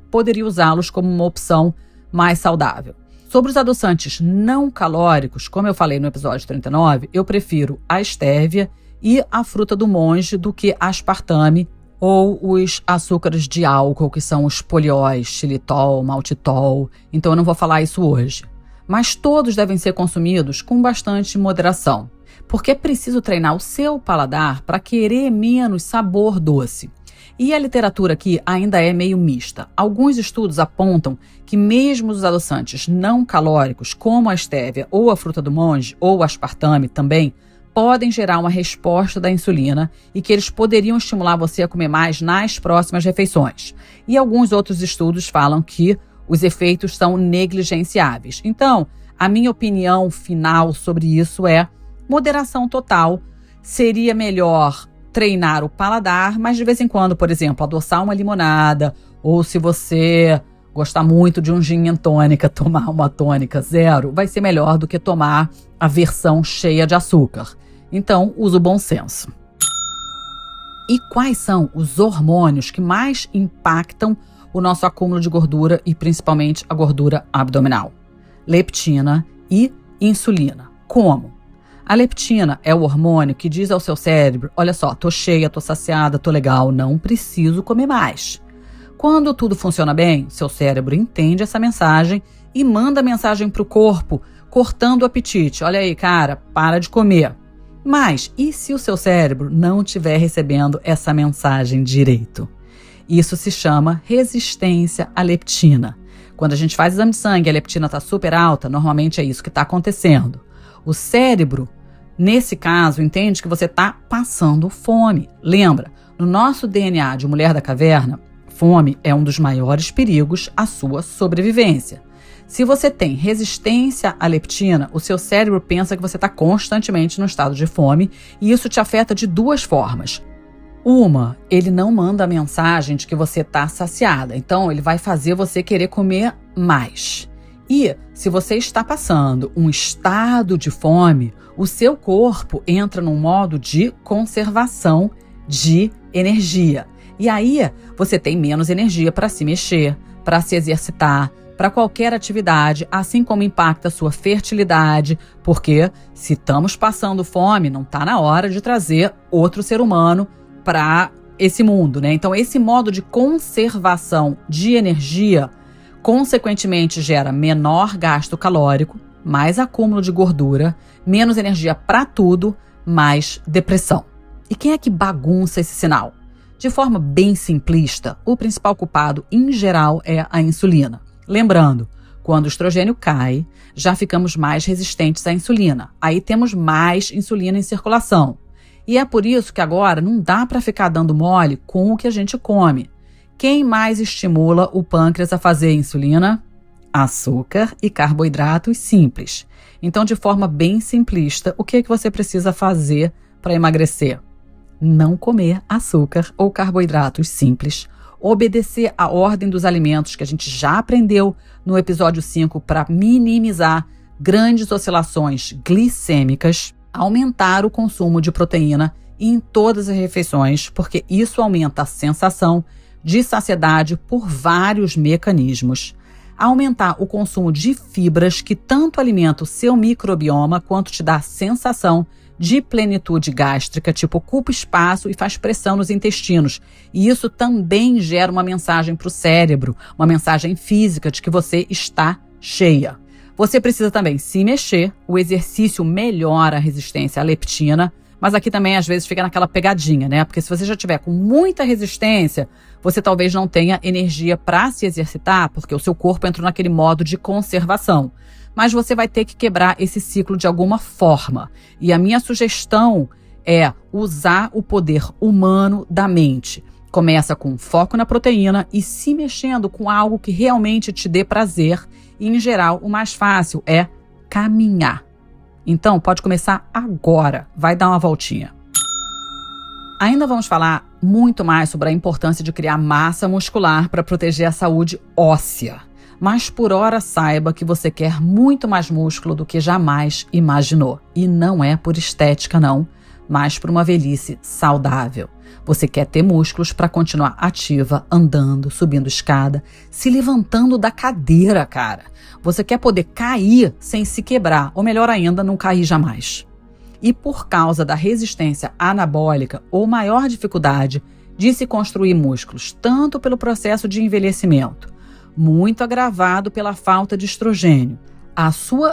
poderia usá-los como uma opção mais saudável. Sobre os adoçantes não calóricos, como eu falei no episódio 39, eu prefiro a estévia e a fruta do monge do que aspartame ou os açúcares de álcool, que são os polióis, xilitol, maltitol. Então eu não vou falar isso hoje. Mas todos devem ser consumidos com bastante moderação, porque é preciso treinar o seu paladar para querer menos sabor doce. E a literatura aqui ainda é meio mista. Alguns estudos apontam que mesmo os adoçantes não calóricos, como a estévia ou a fruta do monge ou o aspartame também, podem gerar uma resposta da insulina e que eles poderiam estimular você a comer mais nas próximas refeições. E alguns outros estudos falam que os efeitos são negligenciáveis. Então, a minha opinião final sobre isso é moderação total. Seria melhor treinar o paladar, mas de vez em quando, por exemplo, adoçar uma limonada, ou se você gostar muito de um gin and tônica, tomar uma tônica 0, vai ser melhor do que tomar a versão cheia de açúcar. Então, use o bom senso. E quais são os hormônios que mais impactam o nosso acúmulo de gordura e principalmente a gordura abdominal? Leptina e insulina. Como? A leptina é o hormônio que diz ao seu cérebro: olha só, tô cheia, tô saciada, tô legal, não preciso comer mais. Quando tudo funciona bem, seu cérebro entende essa mensagem e manda a mensagem para o corpo, cortando o apetite. Olha aí, cara, para de comer. Mas e se o seu cérebro não estiver recebendo essa mensagem direito? Isso se chama resistência à leptina. Quando a gente faz exame de sangue e a leptina está super alta, normalmente é isso que está acontecendo. O cérebro, nesse caso, entende que você está passando fome. Lembra, no nosso DNA de Mulher da Caverna, fome é um dos maiores perigos à sua sobrevivência. Se você tem resistência à leptina, o seu cérebro pensa que você está constantemente no estado de fome e isso te afeta de duas formas. Uma, ele não manda a mensagem de que você está saciada, então ele vai fazer você querer comer mais. E se você está passando um estado de fome, o seu corpo entra num modo de conservação de energia. E aí você tem menos energia para se mexer, para se exercitar, para qualquer atividade, assim como impacta a sua fertilidade, porque se estamos passando fome, não está na hora de trazer outro ser humano para esse mundo, né? Então esse modo de conservação de energia consequentemente gera menor gasto calórico, mais acúmulo de gordura, menos energia para tudo, mais depressão. E quem é que bagunça esse sinal? De forma bem simplista, o principal culpado em geral é a insulina. Lembrando, quando o estrogênio cai, já ficamos mais resistentes à insulina. Aí temos mais insulina em circulação. E é por isso que agora não dá para ficar dando mole com o que a gente come. Quem mais estimula o pâncreas a fazer insulina? Açúcar e carboidratos simples. Então, de forma bem simplista, o que é que você precisa fazer para emagrecer? Não comer açúcar ou carboidratos simples. Obedecer a ordem dos alimentos que a gente já aprendeu no episódio 5 para minimizar grandes oscilações glicêmicas. Aumentar o consumo de proteína em todas as refeições, porque isso aumenta a sensação de saciedade por vários mecanismos. Aumentar o consumo de fibras, que tanto alimenta o seu microbioma quanto te dá a sensação de plenitude gástrica, tipo, ocupa espaço e faz pressão nos intestinos. E isso também gera uma mensagem para o cérebro, uma mensagem física de que você está cheia. Você precisa também se mexer, o exercício melhora a resistência à leptina, mas aqui também às vezes fica naquela pegadinha, né? Porque se você já tiver com muita resistência, você talvez não tenha energia para se exercitar, porque o seu corpo entrou naquele modo de conservação. Mas você vai ter que quebrar esse ciclo de alguma forma. E a minha sugestão é usar o poder humano da mente. Começa com foco na proteína e se mexendo com algo que realmente te dê prazer. E, em geral, o mais fácil é caminhar. Então, pode começar agora. Vai dar uma voltinha. Ainda vamos falar muito mais sobre a importância de criar massa muscular para proteger a saúde óssea. Mas por hora saiba que você quer muito mais músculo do que jamais imaginou. E não é por estética, não. mas para uma velhice saudável. Você quer ter músculos para continuar ativa, andando, subindo escada, se levantando da cadeira, cara. Você quer poder cair sem se quebrar, ou melhor ainda, não cair jamais. E por causa da resistência anabólica ou maior dificuldade de se construir músculos, tanto pelo processo de envelhecimento, muito agravado pela falta de estrogênio, a sua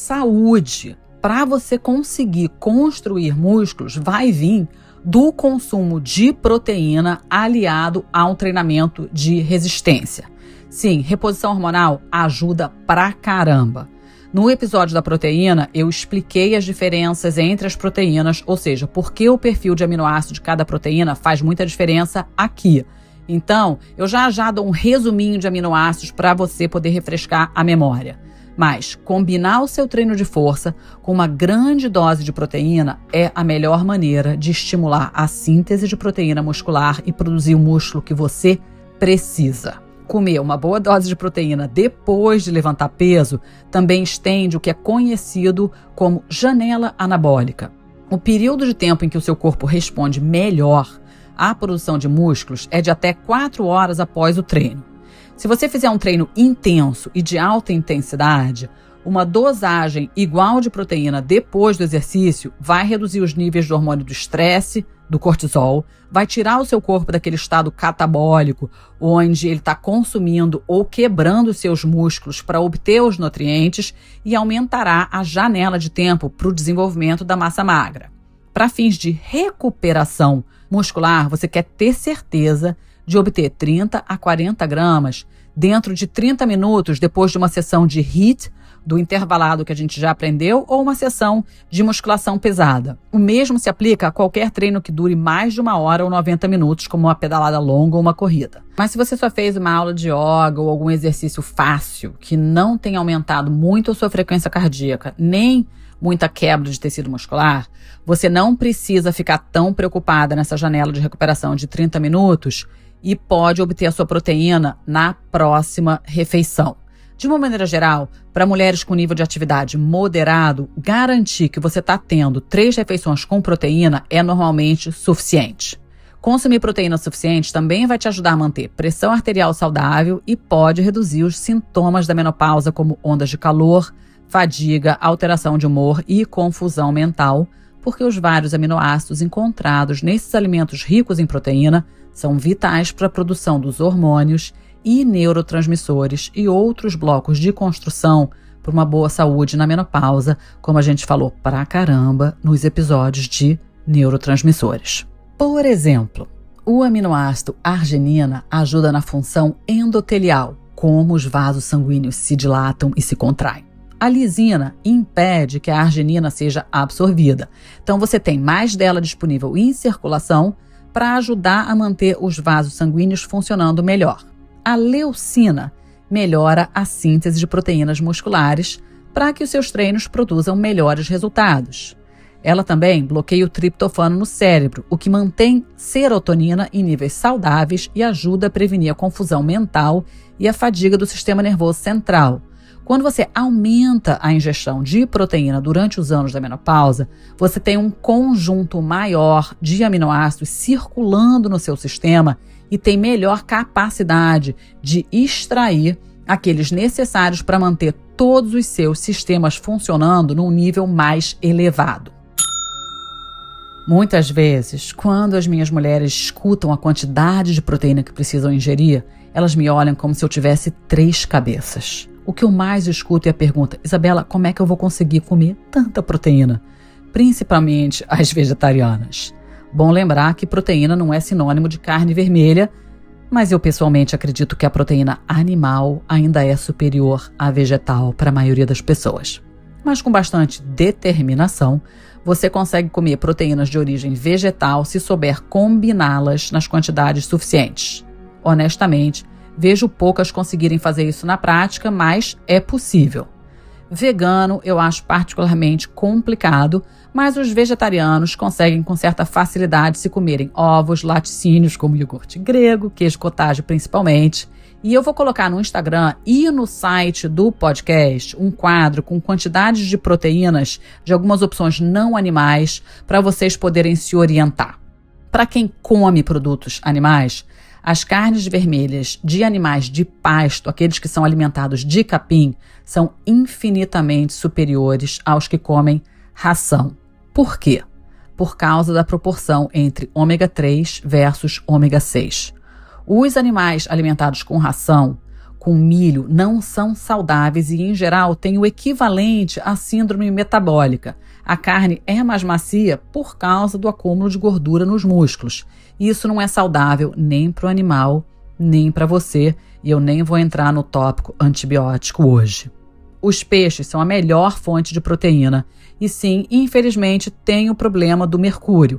saúde para você conseguir construir músculos vai vir do consumo de proteína aliado ao treinamento de resistência. Sim, reposição hormonal ajuda pra caramba. No episódio da proteína, eu expliquei as diferenças entre as proteínas, ou seja, por que o perfil de aminoácido de cada proteína faz muita diferença aqui. Então, eu já dou um resuminho de aminoácidos para você poder refrescar a memória. Mas combinar o seu treino de força com uma grande dose de proteína é a melhor maneira de estimular a síntese de proteína muscular e produzir o músculo que você precisa. Comer uma boa dose de proteína depois de levantar peso também estende o que é conhecido como janela anabólica. O período de tempo em que o seu corpo responde melhor à produção de músculos é de até 4 horas após o treino. Se você fizer um treino intenso e de alta intensidade, uma dosagem igual de proteína depois do exercício vai reduzir os níveis do hormônio do estresse, do cortisol, vai tirar o seu corpo daquele estado catabólico, onde ele está consumindo ou quebrando os seus músculos para obter os nutrientes e aumentará a janela de tempo para o desenvolvimento da massa magra. Para fins de recuperação muscular, você quer ter certeza de obter 30 a 40 gramas dentro de 30 minutos depois de uma sessão de HIIT, do intervalado que a gente já aprendeu, ou uma sessão de musculação pesada. O mesmo se aplica a qualquer treino que dure mais de 1 hora ou 90 minutos, como uma pedalada longa ou uma corrida. Mas se você só fez uma aula de yoga ou algum exercício fácil que não tem aumentado muito a sua frequência cardíaca, nem muita quebra de tecido muscular, você não precisa ficar tão preocupada nessa janela de recuperação de 30 minutos e pode obter a sua proteína na próxima refeição. De uma maneira geral, para mulheres com nível de atividade moderado, garantir que você está tendo 3 refeições com proteína é normalmente suficiente. Consumir proteína suficiente também vai te ajudar a manter pressão arterial saudável e pode reduzir os sintomas da menopausa, como ondas de calor, fadiga, alteração de humor e confusão mental, porque os vários aminoácidos encontrados nesses alimentos ricos em proteína são vitais para a produção dos hormônios e neurotransmissores e outros blocos de construção para uma boa saúde na menopausa, como a gente falou pra caramba nos episódios de neurotransmissores. Por exemplo, o aminoácido arginina ajuda na função endotelial, como os vasos sanguíneos se dilatam e se contraem. A lisina impede que a arginina seja absorvida, então você tem mais dela disponível em circulação para ajudar a manter os vasos sanguíneos funcionando melhor. A leucina melhora a síntese de proteínas musculares para que os seus treinos produzam melhores resultados. Ela também bloqueia o triptofano no cérebro, o que mantém serotonina em níveis saudáveis e ajuda a prevenir a confusão mental e a fadiga do sistema nervoso central. Quando você aumenta a ingestão de proteína durante os anos da menopausa, você tem um conjunto maior de aminoácidos circulando no seu sistema e tem melhor capacidade de extrair aqueles necessários para manter todos os seus sistemas funcionando num nível mais elevado. Muitas vezes, quando as minhas mulheres escutam a quantidade de proteína que precisam ingerir, elas me olham como se eu tivesse 3 cabeças. O que eu mais escuto é a pergunta: Isabela, como é que eu vou conseguir comer tanta proteína? Principalmente as vegetarianas. Bom lembrar que proteína não é sinônimo de carne vermelha, mas eu pessoalmente acredito que a proteína animal ainda é superior à vegetal para a maioria das pessoas. Mas com bastante determinação, você consegue comer proteínas de origem vegetal se souber combiná-las nas quantidades suficientes. Honestamente, vejo poucas conseguirem fazer isso na prática, mas é possível. Vegano eu acho particularmente complicado, mas os vegetarianos conseguem com certa facilidade se comerem ovos, laticínios como iogurte grego, queijo cottage principalmente, E eu vou colocar no Instagram e no site do podcast um quadro com quantidades de proteínas de algumas opções não animais para vocês poderem se orientar. Para quem come produtos animais, as carnes vermelhas de animais de pasto, aqueles que são alimentados de capim, são infinitamente superiores aos que comem ração. Por quê? Por causa da proporção entre ômega 3 versus ômega 6. Os animais alimentados com ração, com milho, não são saudáveis e, em geral, têm o equivalente à síndrome metabólica. A carne é mais macia por causa do acúmulo de gordura nos músculos. Isso não é saudável nem para o animal, nem para você, e eu nem vou entrar no tópico antibiótico hoje. Os peixes são a melhor fonte de proteína e sim, infelizmente, tem o problema do mercúrio.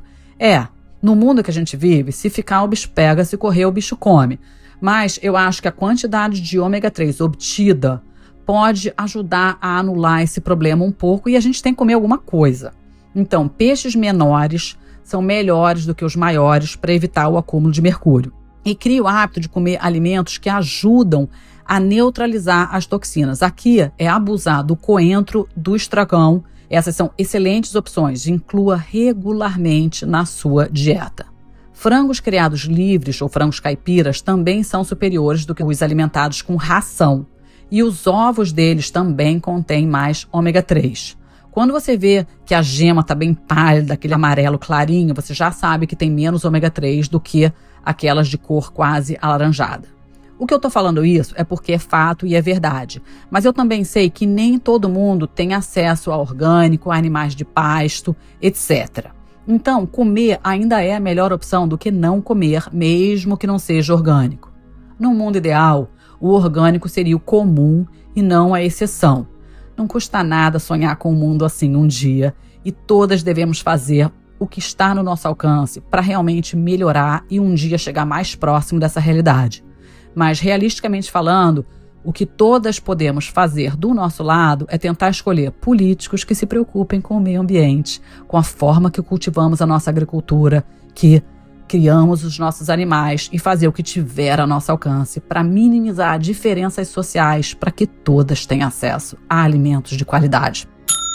No mundo que a gente vive, se ficar o bicho pega, se correr o bicho come. Mas eu acho que a quantidade de ômega 3 obtida pode ajudar a anular esse problema um pouco e a gente tem que comer alguma coisa. Então, peixes menores são melhores do que os maiores para evitar o acúmulo de mercúrio. E crie o hábito de comer alimentos que ajudam a neutralizar as toxinas. Aqui é abusar do coentro, do estragão. Essas são excelentes opções. Inclua regularmente na sua dieta. Frangos criados livres ou frangos caipiras também são superiores do que os alimentados com ração. E os ovos deles também contêm mais ômega 3. Quando você vê que a gema está bem pálida, aquele amarelo clarinho, você já sabe que tem menos ômega 3 do que aquelas de cor quase alaranjada. O que eu estou falando isso é porque é fato e é verdade. Mas eu também sei que nem todo mundo tem acesso a orgânico, a animais de pasto, etc. Então, comer ainda é a melhor opção do que não comer, mesmo que não seja orgânico. No mundo ideal, o orgânico seria o comum e não a exceção. Não custa nada sonhar com um mundo assim um dia e todas devemos fazer o que está no nosso alcance para realmente melhorar e um dia chegar mais próximo dessa realidade. Mas, realisticamente falando, o que todas podemos fazer do nosso lado é tentar escolher políticos que se preocupem com o meio ambiente, com a forma que cultivamos a nossa agricultura, que criamos os nossos animais e fazer o que tiver a nosso alcance para minimizar diferenças sociais para que todas tenham acesso a alimentos de qualidade.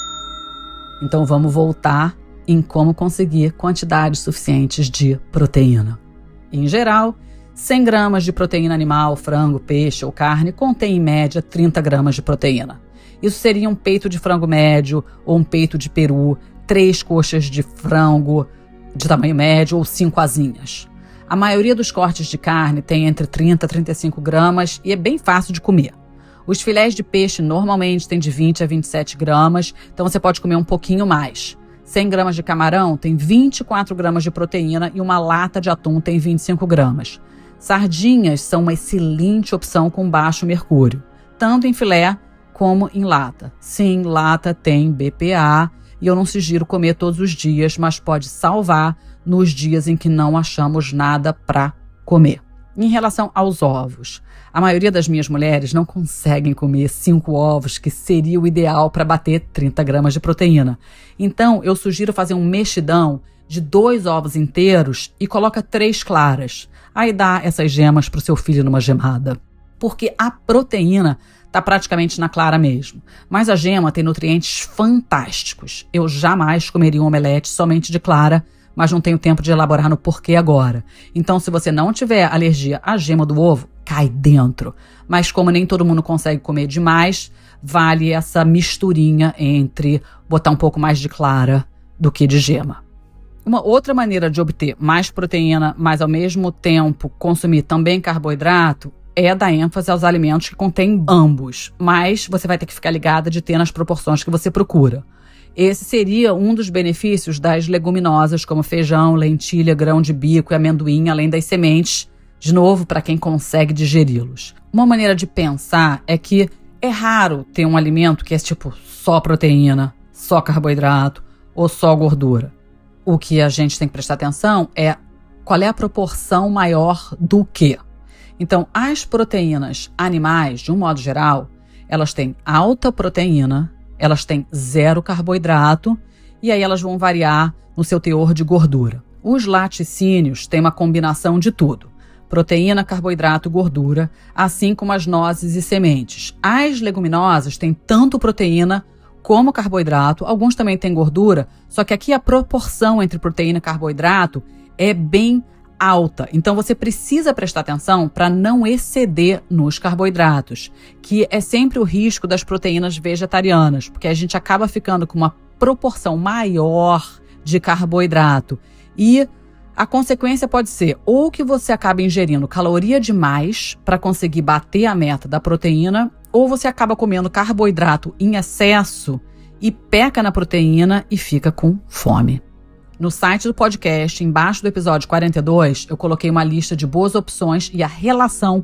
Então vamos voltar em como conseguir quantidades suficientes de proteína. Em geral, 100 gramas de proteína animal, frango, peixe ou carne contém em média 30 gramas de proteína. Isso seria um peito de frango médio ou um peito de peru, 3 coxas de frango de tamanho médio ou 5 asinhas. A maioria dos cortes de carne tem entre 30 a 35 gramas e é bem fácil de comer. Os filés de peixe normalmente têm de 20 a 27 gramas, então você pode comer um pouquinho mais. 100 gramas de camarão tem 24 gramas de proteína e uma lata de atum tem 25 gramas. Sardinhas são uma excelente opção com baixo mercúrio, tanto em filé como em lata. Sim, lata tem BPA e eu não sugiro comer todos os dias, mas pode salvar nos dias em que não achamos nada para comer. Em relação aos ovos, a maioria das minhas mulheres não conseguem comer 5 ovos, que seria o ideal para bater 30 gramas de proteína. Então, eu sugiro fazer um mexidão de 2 ovos inteiros e coloca 3 claras. Aí dá essas gemas para o seu filho numa gemada. Porque a proteína está praticamente na clara mesmo. Mas a gema tem nutrientes fantásticos. Eu jamais comeria um omelete somente de clara, mas não tenho tempo de elaborar no porquê agora. Então, se você não tiver alergia à gema do ovo, cai dentro. Mas como nem todo mundo consegue comer demais, vale essa misturinha entre botar um pouco mais de clara do que de gema. Uma outra maneira de obter mais proteína, mas ao mesmo tempo consumir também carboidrato, é dar ênfase aos alimentos que contêm ambos. Mas você vai ter que ficar ligada de ter nas proporções que você procura. Esse seria um dos benefícios das leguminosas, como feijão, lentilha, grão de bico e amendoim, além das sementes, de novo, para quem consegue digeri-los. Uma maneira de pensar é que é raro ter um alimento que é tipo só proteína, só carboidrato ou só gordura. O que a gente tem que prestar atenção é qual é a proporção maior do quê. Então, as proteínas animais, de um modo geral, elas têm alta proteína, elas têm 0 carboidrato e aí elas vão variar no seu teor de gordura. Os laticínios têm uma combinação de tudo. proteína, carboidrato e gordura, assim como as nozes e sementes. As leguminosas têm tanto proteína como carboidrato, alguns também têm gordura, só que aqui a proporção entre proteína e carboidrato é bem alta. Então você precisa prestar atenção para não exceder nos carboidratos, que é sempre o risco das proteínas vegetarianas, porque a gente acaba ficando com uma proporção maior de carboidrato. E a consequência pode ser ou que você acaba ingerindo caloria demais para conseguir bater a meta da proteína, ou você acaba comendo carboidrato em excesso e peca na proteína e fica com fome. No site do podcast, embaixo do episódio 42, eu coloquei uma lista de boas opções e a relação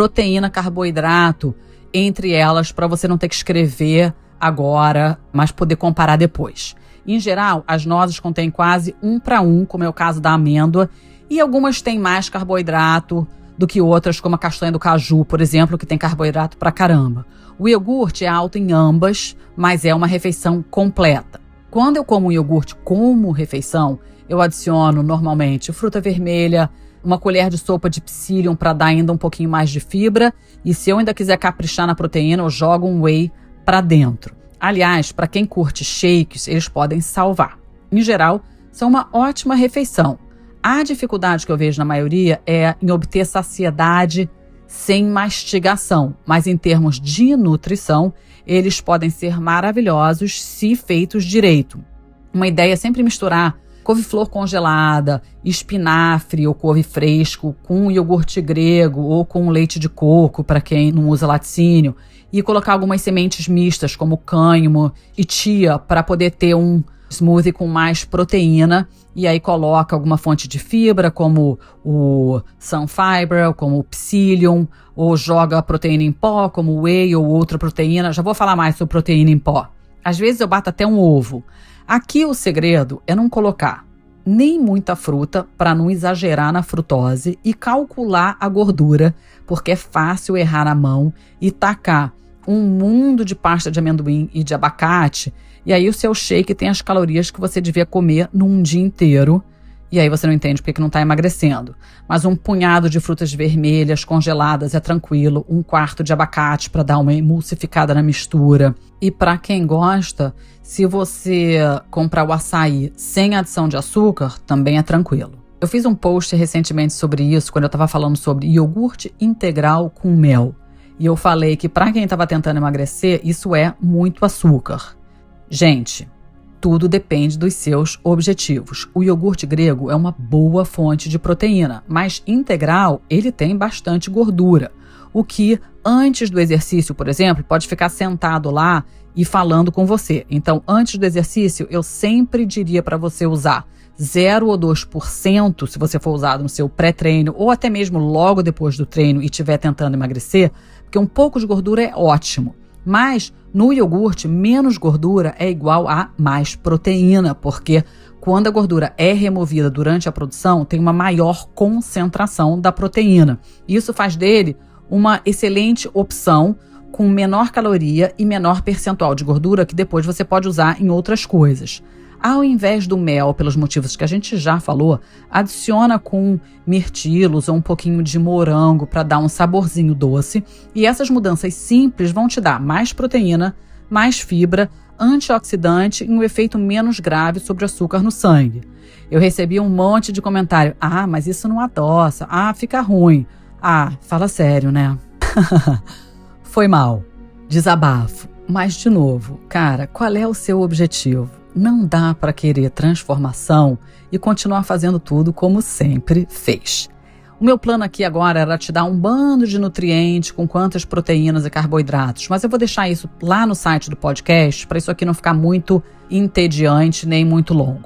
proteína-carboidrato entre elas para você não ter que escrever agora, mas poder comparar depois. Em geral, as nozes contêm quase 1:1, como é o caso da amêndoa, e algumas têm mais carboidrato do que outras, como a castanha do caju, por exemplo, que tem carboidrato pra caramba. O iogurte é alto em ambas, mas é uma refeição completa. Quando eu como um iogurte como refeição, eu adiciono normalmente fruta vermelha, uma colher de sopa de psyllium para dar ainda um pouquinho mais de fibra, e se eu ainda quiser caprichar na proteína, eu jogo um whey para dentro. Aliás, para quem curte shakes, eles podem salvar. Em geral, são uma ótima refeição. A dificuldade que eu vejo na maioria é em obter saciedade sem mastigação, mas em termos de nutrição, eles podem ser maravilhosos se feitos direito. Uma ideia é sempre misturar couve-flor congelada, espinafre ou couve fresco com iogurte grego ou com leite de coco, para quem não usa laticínio, e colocar algumas sementes mistas, como cânhamo e chia, para poder ter um smoothie com mais proteína, e aí coloca alguma fonte de fibra, como o sunfiber, como o psyllium, ou joga a proteína em pó, como o whey ou outra proteína. Já vou falar mais sobre proteína em pó. Às vezes eu bato até um ovo. Aqui o segredo é não colocar nem muita fruta para não exagerar na frutose e calcular a gordura, porque é fácil errar na mão e tacar um mundo de pasta de amendoim e de abacate, e aí o seu shake tem as calorias que você devia comer num dia inteiro, e aí você não entende porque que não está emagrecendo. Mas um punhado de frutas vermelhas congeladas é tranquilo, 1/4 de abacate para dar uma emulsificada na mistura. E para quem gosta, se você comprar o açaí sem adição de açúcar, também é tranquilo. Eu fiz um post recentemente sobre isso, quando eu estava falando sobre iogurte integral com mel. E eu falei que para quem estava tentando emagrecer, isso é muito açúcar. Gente, tudo depende dos seus objetivos. O iogurte grego é uma boa fonte de proteína, mas integral ele tem bastante gordura. O que, antes do exercício, por exemplo, pode ficar sentado lá e falando com você. Então, antes do exercício, eu sempre diria para você usar 0 ou 2%, se você for usado no seu pré-treino, ou até mesmo logo depois do treino e estiver tentando emagrecer, porque um pouco de gordura é ótimo. Mas no iogurte, menos gordura é igual a mais proteína, porque quando a gordura é removida durante a produção, tem uma maior concentração da proteína. Isso faz dele uma excelente opção com menor caloria e menor percentual de gordura que depois você pode usar em outras coisas. Ao invés do mel, pelos motivos que a gente já falou, adiciona com mirtilos ou um pouquinho de morango para dar um saborzinho doce. E essas mudanças simples vão te dar mais proteína, mais fibra, antioxidante e um efeito menos grave sobre o açúcar no sangue. Eu recebi um monte de comentário. Ah, mas isso não adoça. Ah, fica ruim. Ah, fala sério, né? Foi mal. Desabafo. Mas, de novo, cara, qual é o seu objetivo? Não dá para querer transformação e continuar fazendo tudo como sempre fez. O meu plano aqui agora era te dar um bando de nutrientes com quantas proteínas e carboidratos, mas eu vou deixar isso lá no site do podcast para isso aqui não ficar muito entediante nem muito longo.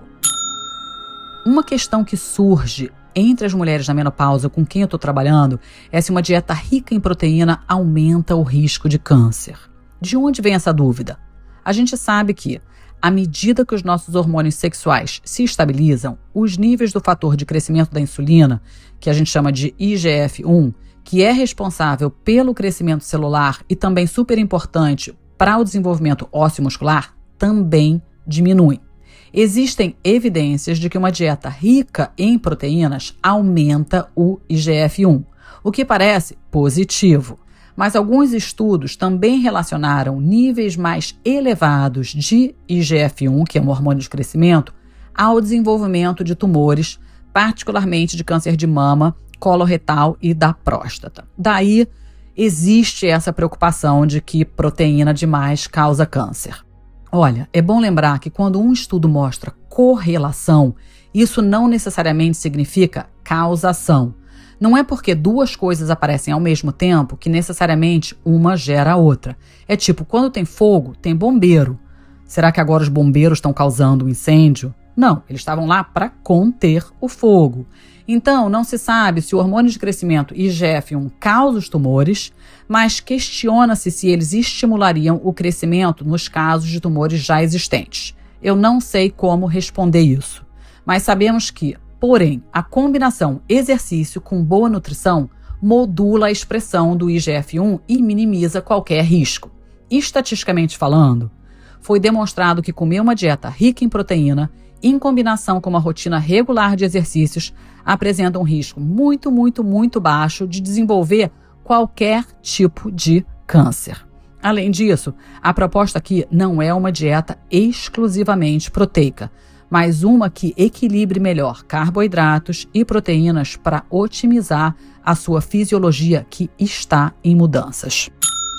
Uma questão que surge entre as mulheres na menopausa com quem eu estou trabalhando é se uma dieta rica em proteína aumenta o risco de câncer. De onde vem essa dúvida? A gente sabe que, à medida que os nossos hormônios sexuais se estabilizam, os níveis do fator de crescimento da insulina, que a gente chama de IGF-1, que é responsável pelo crescimento celular e também super importante para o desenvolvimento ósseo-muscular, também diminuem. Existem evidências de que uma dieta rica em proteínas aumenta o IGF-1, o que parece positivo. Mas alguns estudos também relacionaram níveis mais elevados de IGF-1, que é um hormônio de crescimento, ao desenvolvimento de tumores, particularmente de câncer de mama, coloretal e da próstata. Daí existe essa preocupação de que proteína demais causa câncer. Olha, é bom lembrar que quando um estudo mostra correlação, isso não necessariamente significa causação. Não é porque duas coisas aparecem ao mesmo tempo que necessariamente uma gera a outra. É tipo, quando tem fogo, tem bombeiro. Será que agora os bombeiros estão causando um incêndio? Não, eles estavam lá para conter o fogo. Então, não se sabe se o hormônio de crescimento IGF-1 causa os tumores, mas questiona-se se eles estimulariam o crescimento nos casos de tumores já existentes. Eu não sei como responder isso, mas sabemos que, porém, a combinação exercício com boa nutrição modula a expressão do IGF-1 e minimiza qualquer risco. Estatisticamente falando, foi demonstrado que comer uma dieta rica em proteína, em combinação com uma rotina regular de exercícios, apresenta um risco muito, muito, muito baixo de desenvolver qualquer tipo de câncer. Além disso, a proposta aqui não é uma dieta exclusivamente proteica, mas uma que equilibre melhor carboidratos e proteínas para otimizar a sua fisiologia que está em mudanças.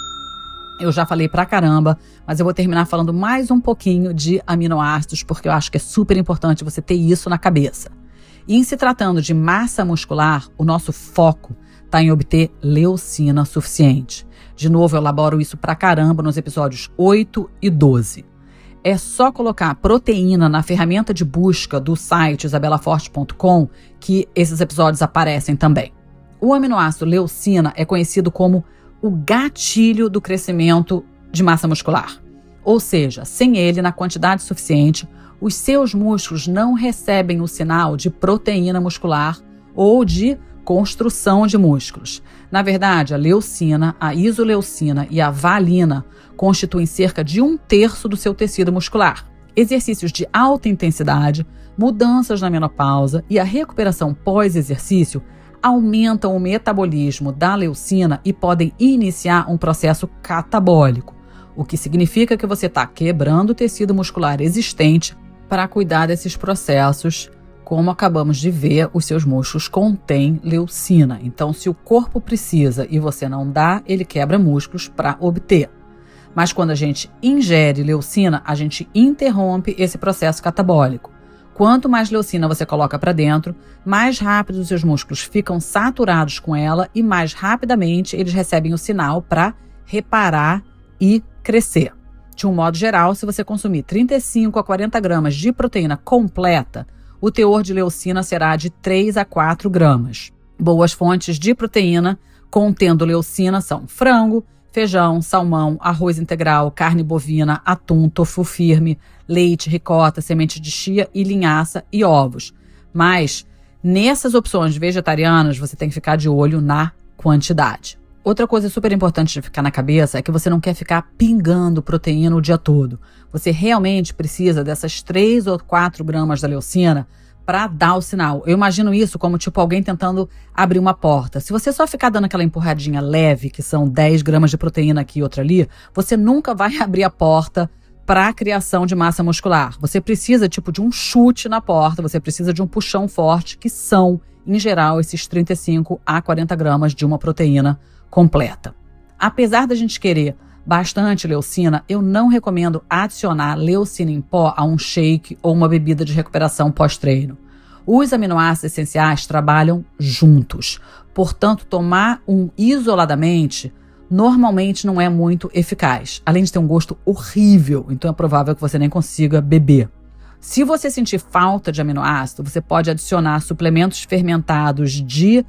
Eu já falei pra caramba, mas eu vou terminar falando mais um pouquinho de aminoácidos, porque eu acho que é super importante você ter isso na cabeça. E em se tratando de massa muscular, o nosso foco está em obter leucina suficiente. De novo, eu elaboro isso pra caramba nos episódios 8 e 12. É só colocar proteína na ferramenta de busca do site isabelaforte.com que esses episódios aparecem também. O aminoácido leucina é conhecido como o gatilho do crescimento de massa muscular. Ou seja, sem ele, na quantidade suficiente, os seus músculos não recebem o sinal de proteína muscular ou de construção de músculos. Na verdade, a leucina, a isoleucina e a valina constituem cerca de 1/3 do seu tecido muscular. Exercícios de alta intensidade, mudanças na menopausa e a recuperação pós-exercício aumentam o metabolismo da leucina e podem iniciar um processo catabólico, o que significa que você está quebrando o tecido muscular existente para cuidar desses processos. Como acabamos de ver, os seus músculos contêm leucina. Então, se o corpo precisa e você não dá, ele quebra músculos para obter. Mas quando a gente ingere leucina, a gente interrompe esse processo catabólico. Quanto mais leucina você coloca para dentro, mais rápido os seus músculos ficam saturados com ela e mais rapidamente eles recebem o sinal para reparar e crescer. De um modo geral, se você consumir 35 a 40 gramas de proteína completa, o teor de leucina será de 3 a 4 gramas. Boas fontes de proteína contendo leucina são frango, feijão, salmão, arroz integral, carne bovina, atum, tofu firme, leite, ricota, semente de chia e linhaça e ovos. Mas nessas opções vegetarianas você tem que ficar de olho na quantidade. Outra coisa super importante de ficar na cabeça é que você não quer ficar pingando proteína o dia todo. Você realmente precisa dessas 3 ou 4 gramas da leucina para dar o sinal. Eu imagino isso como tipo alguém tentando abrir uma porta. Se você só ficar dando aquela empurradinha leve, que são 10 gramas de proteína aqui e outra ali, você nunca vai abrir a porta para a criação de massa muscular. Você precisa tipo de um chute na porta, você precisa de um puxão forte, que são, em geral, esses 35 a 40 gramas de uma proteína completa. Apesar da gente querer bastante leucina, eu não recomendo adicionar leucina em pó a um shake ou uma bebida de recuperação pós-treino. Os aminoácidos essenciais trabalham juntos, portanto, tomar um isoladamente normalmente não é muito eficaz, além de ter um gosto horrível, então é provável que você nem consiga beber. Se você sentir falta de aminoácido, você pode adicionar suplementos fermentados de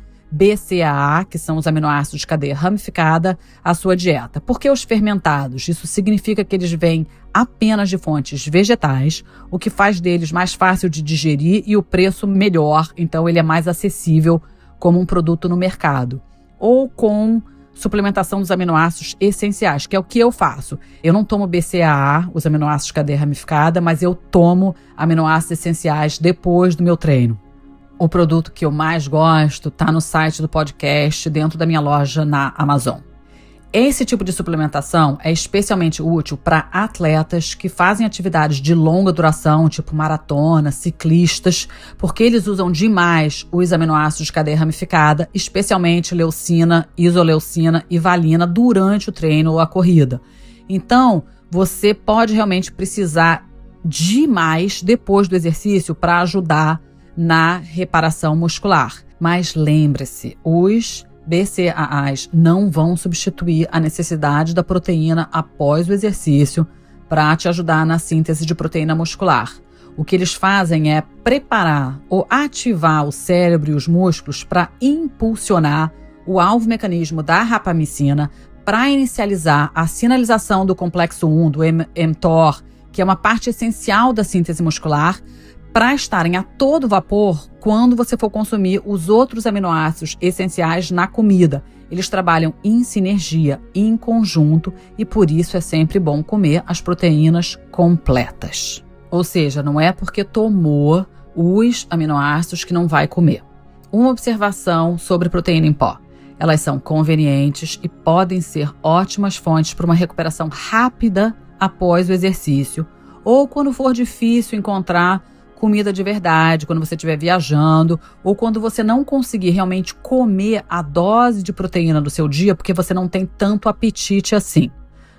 BCAA, que são os aminoácidos de cadeia ramificada, à sua dieta. Por que os fermentados? Isso significa que eles vêm apenas de fontes vegetais, o que faz deles mais fácil de digerir e o preço melhor, então ele é mais acessível como um produto no mercado. Ou com suplementação dos aminoácidos essenciais, que é o que eu faço. Eu não tomo BCAA, os aminoácidos cadeia ramificada, mas eu tomo aminoácidos essenciais depois do meu treino. O produto que eu mais gosto está no site do podcast, dentro da minha loja na Amazon. Esse tipo de suplementação é especialmente útil para atletas que fazem atividades de longa duração, tipo maratona, ciclistas, porque eles usam demais os aminoácidos de cadeia ramificada, especialmente leucina, isoleucina e valina durante o treino ou a corrida. Então, você pode realmente precisar demais depois do exercício para ajudar na reparação muscular. Mas lembre-se, os BCAAs não vão substituir a necessidade da proteína após o exercício para te ajudar na síntese de proteína muscular. O que eles fazem é preparar ou ativar o cérebro e os músculos para impulsionar o alvo mecanismo da rapamicina para inicializar a sinalização do complexo 1, do mTOR, que é uma parte essencial da síntese muscular, para estarem a todo vapor quando você for consumir os outros aminoácidos essenciais na comida. Eles trabalham em sinergia, em conjunto, e por isso é sempre bom comer as proteínas completas. Ou seja, não é porque tomou os aminoácidos que não vai comer. Uma observação sobre proteína em pó. Elas são convenientes e podem ser ótimas fontes para uma recuperação rápida após o exercício, ou quando for difícil encontrar comida de verdade, quando você estiver viajando, ou quando você não conseguir realmente comer a dose de proteína do seu dia, porque você não tem tanto apetite assim.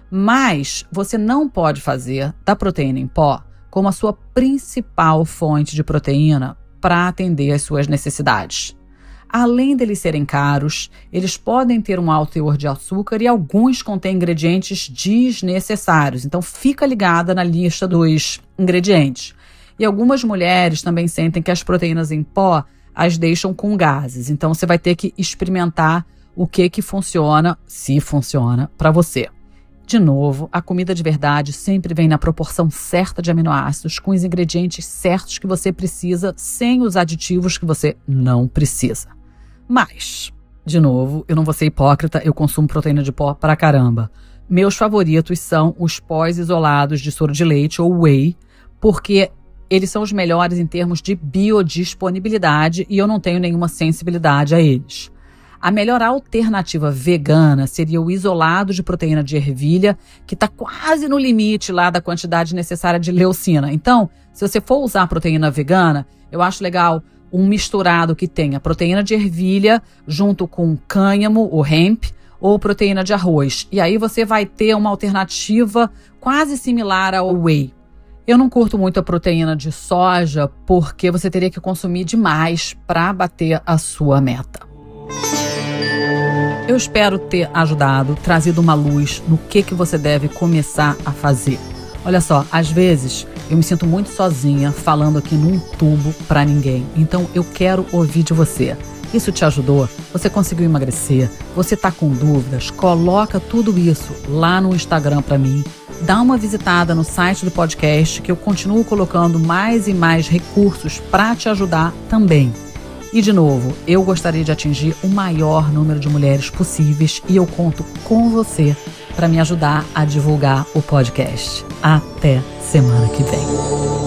Mas você não pode fazer da proteína em pó como a sua principal fonte de proteína para atender às suas necessidades. Além deles serem caros, eles podem ter um alto teor de açúcar e alguns contêm ingredientes desnecessários. Então fica ligada na lista dos ingredientes. E algumas mulheres também sentem que as proteínas em pó as deixam com gases. Então você vai ter que experimentar o que funciona, se funciona, para você. De novo, a comida de verdade sempre vem na proporção certa de aminoácidos, com os ingredientes certos que você precisa, sem os aditivos que você não precisa. Mas, de novo, eu não vou ser hipócrita, eu consumo proteína de pó pra caramba. Meus favoritos são os pós isolados de soro de leite ou whey, porque eles são os melhores em termos de biodisponibilidade e eu não tenho nenhuma sensibilidade a eles. A melhor alternativa vegana seria o isolado de proteína de ervilha, que está quase no limite lá da quantidade necessária de leucina. Então, se você for usar proteína vegana, eu acho legal um misturado que tenha proteína de ervilha junto com cânhamo, ou hemp, ou proteína de arroz. E aí você vai ter uma alternativa quase similar ao whey. Eu não curto muito a proteína de soja porque você teria que consumir demais para bater a sua meta. Eu espero ter ajudado, trazido uma luz no que você deve começar a fazer. Olha só, às vezes eu me sinto muito sozinha falando aqui num tubo para ninguém. Então eu quero ouvir de você. Isso te ajudou? Você conseguiu emagrecer? Você está com dúvidas? Coloca tudo isso lá no Instagram para mim. Dá uma visitada no site do podcast que eu continuo colocando mais e mais recursos para te ajudar também. E de novo, eu gostaria de atingir o maior número de mulheres possíveis e eu conto com você para me ajudar a divulgar o podcast. Até semana que vem.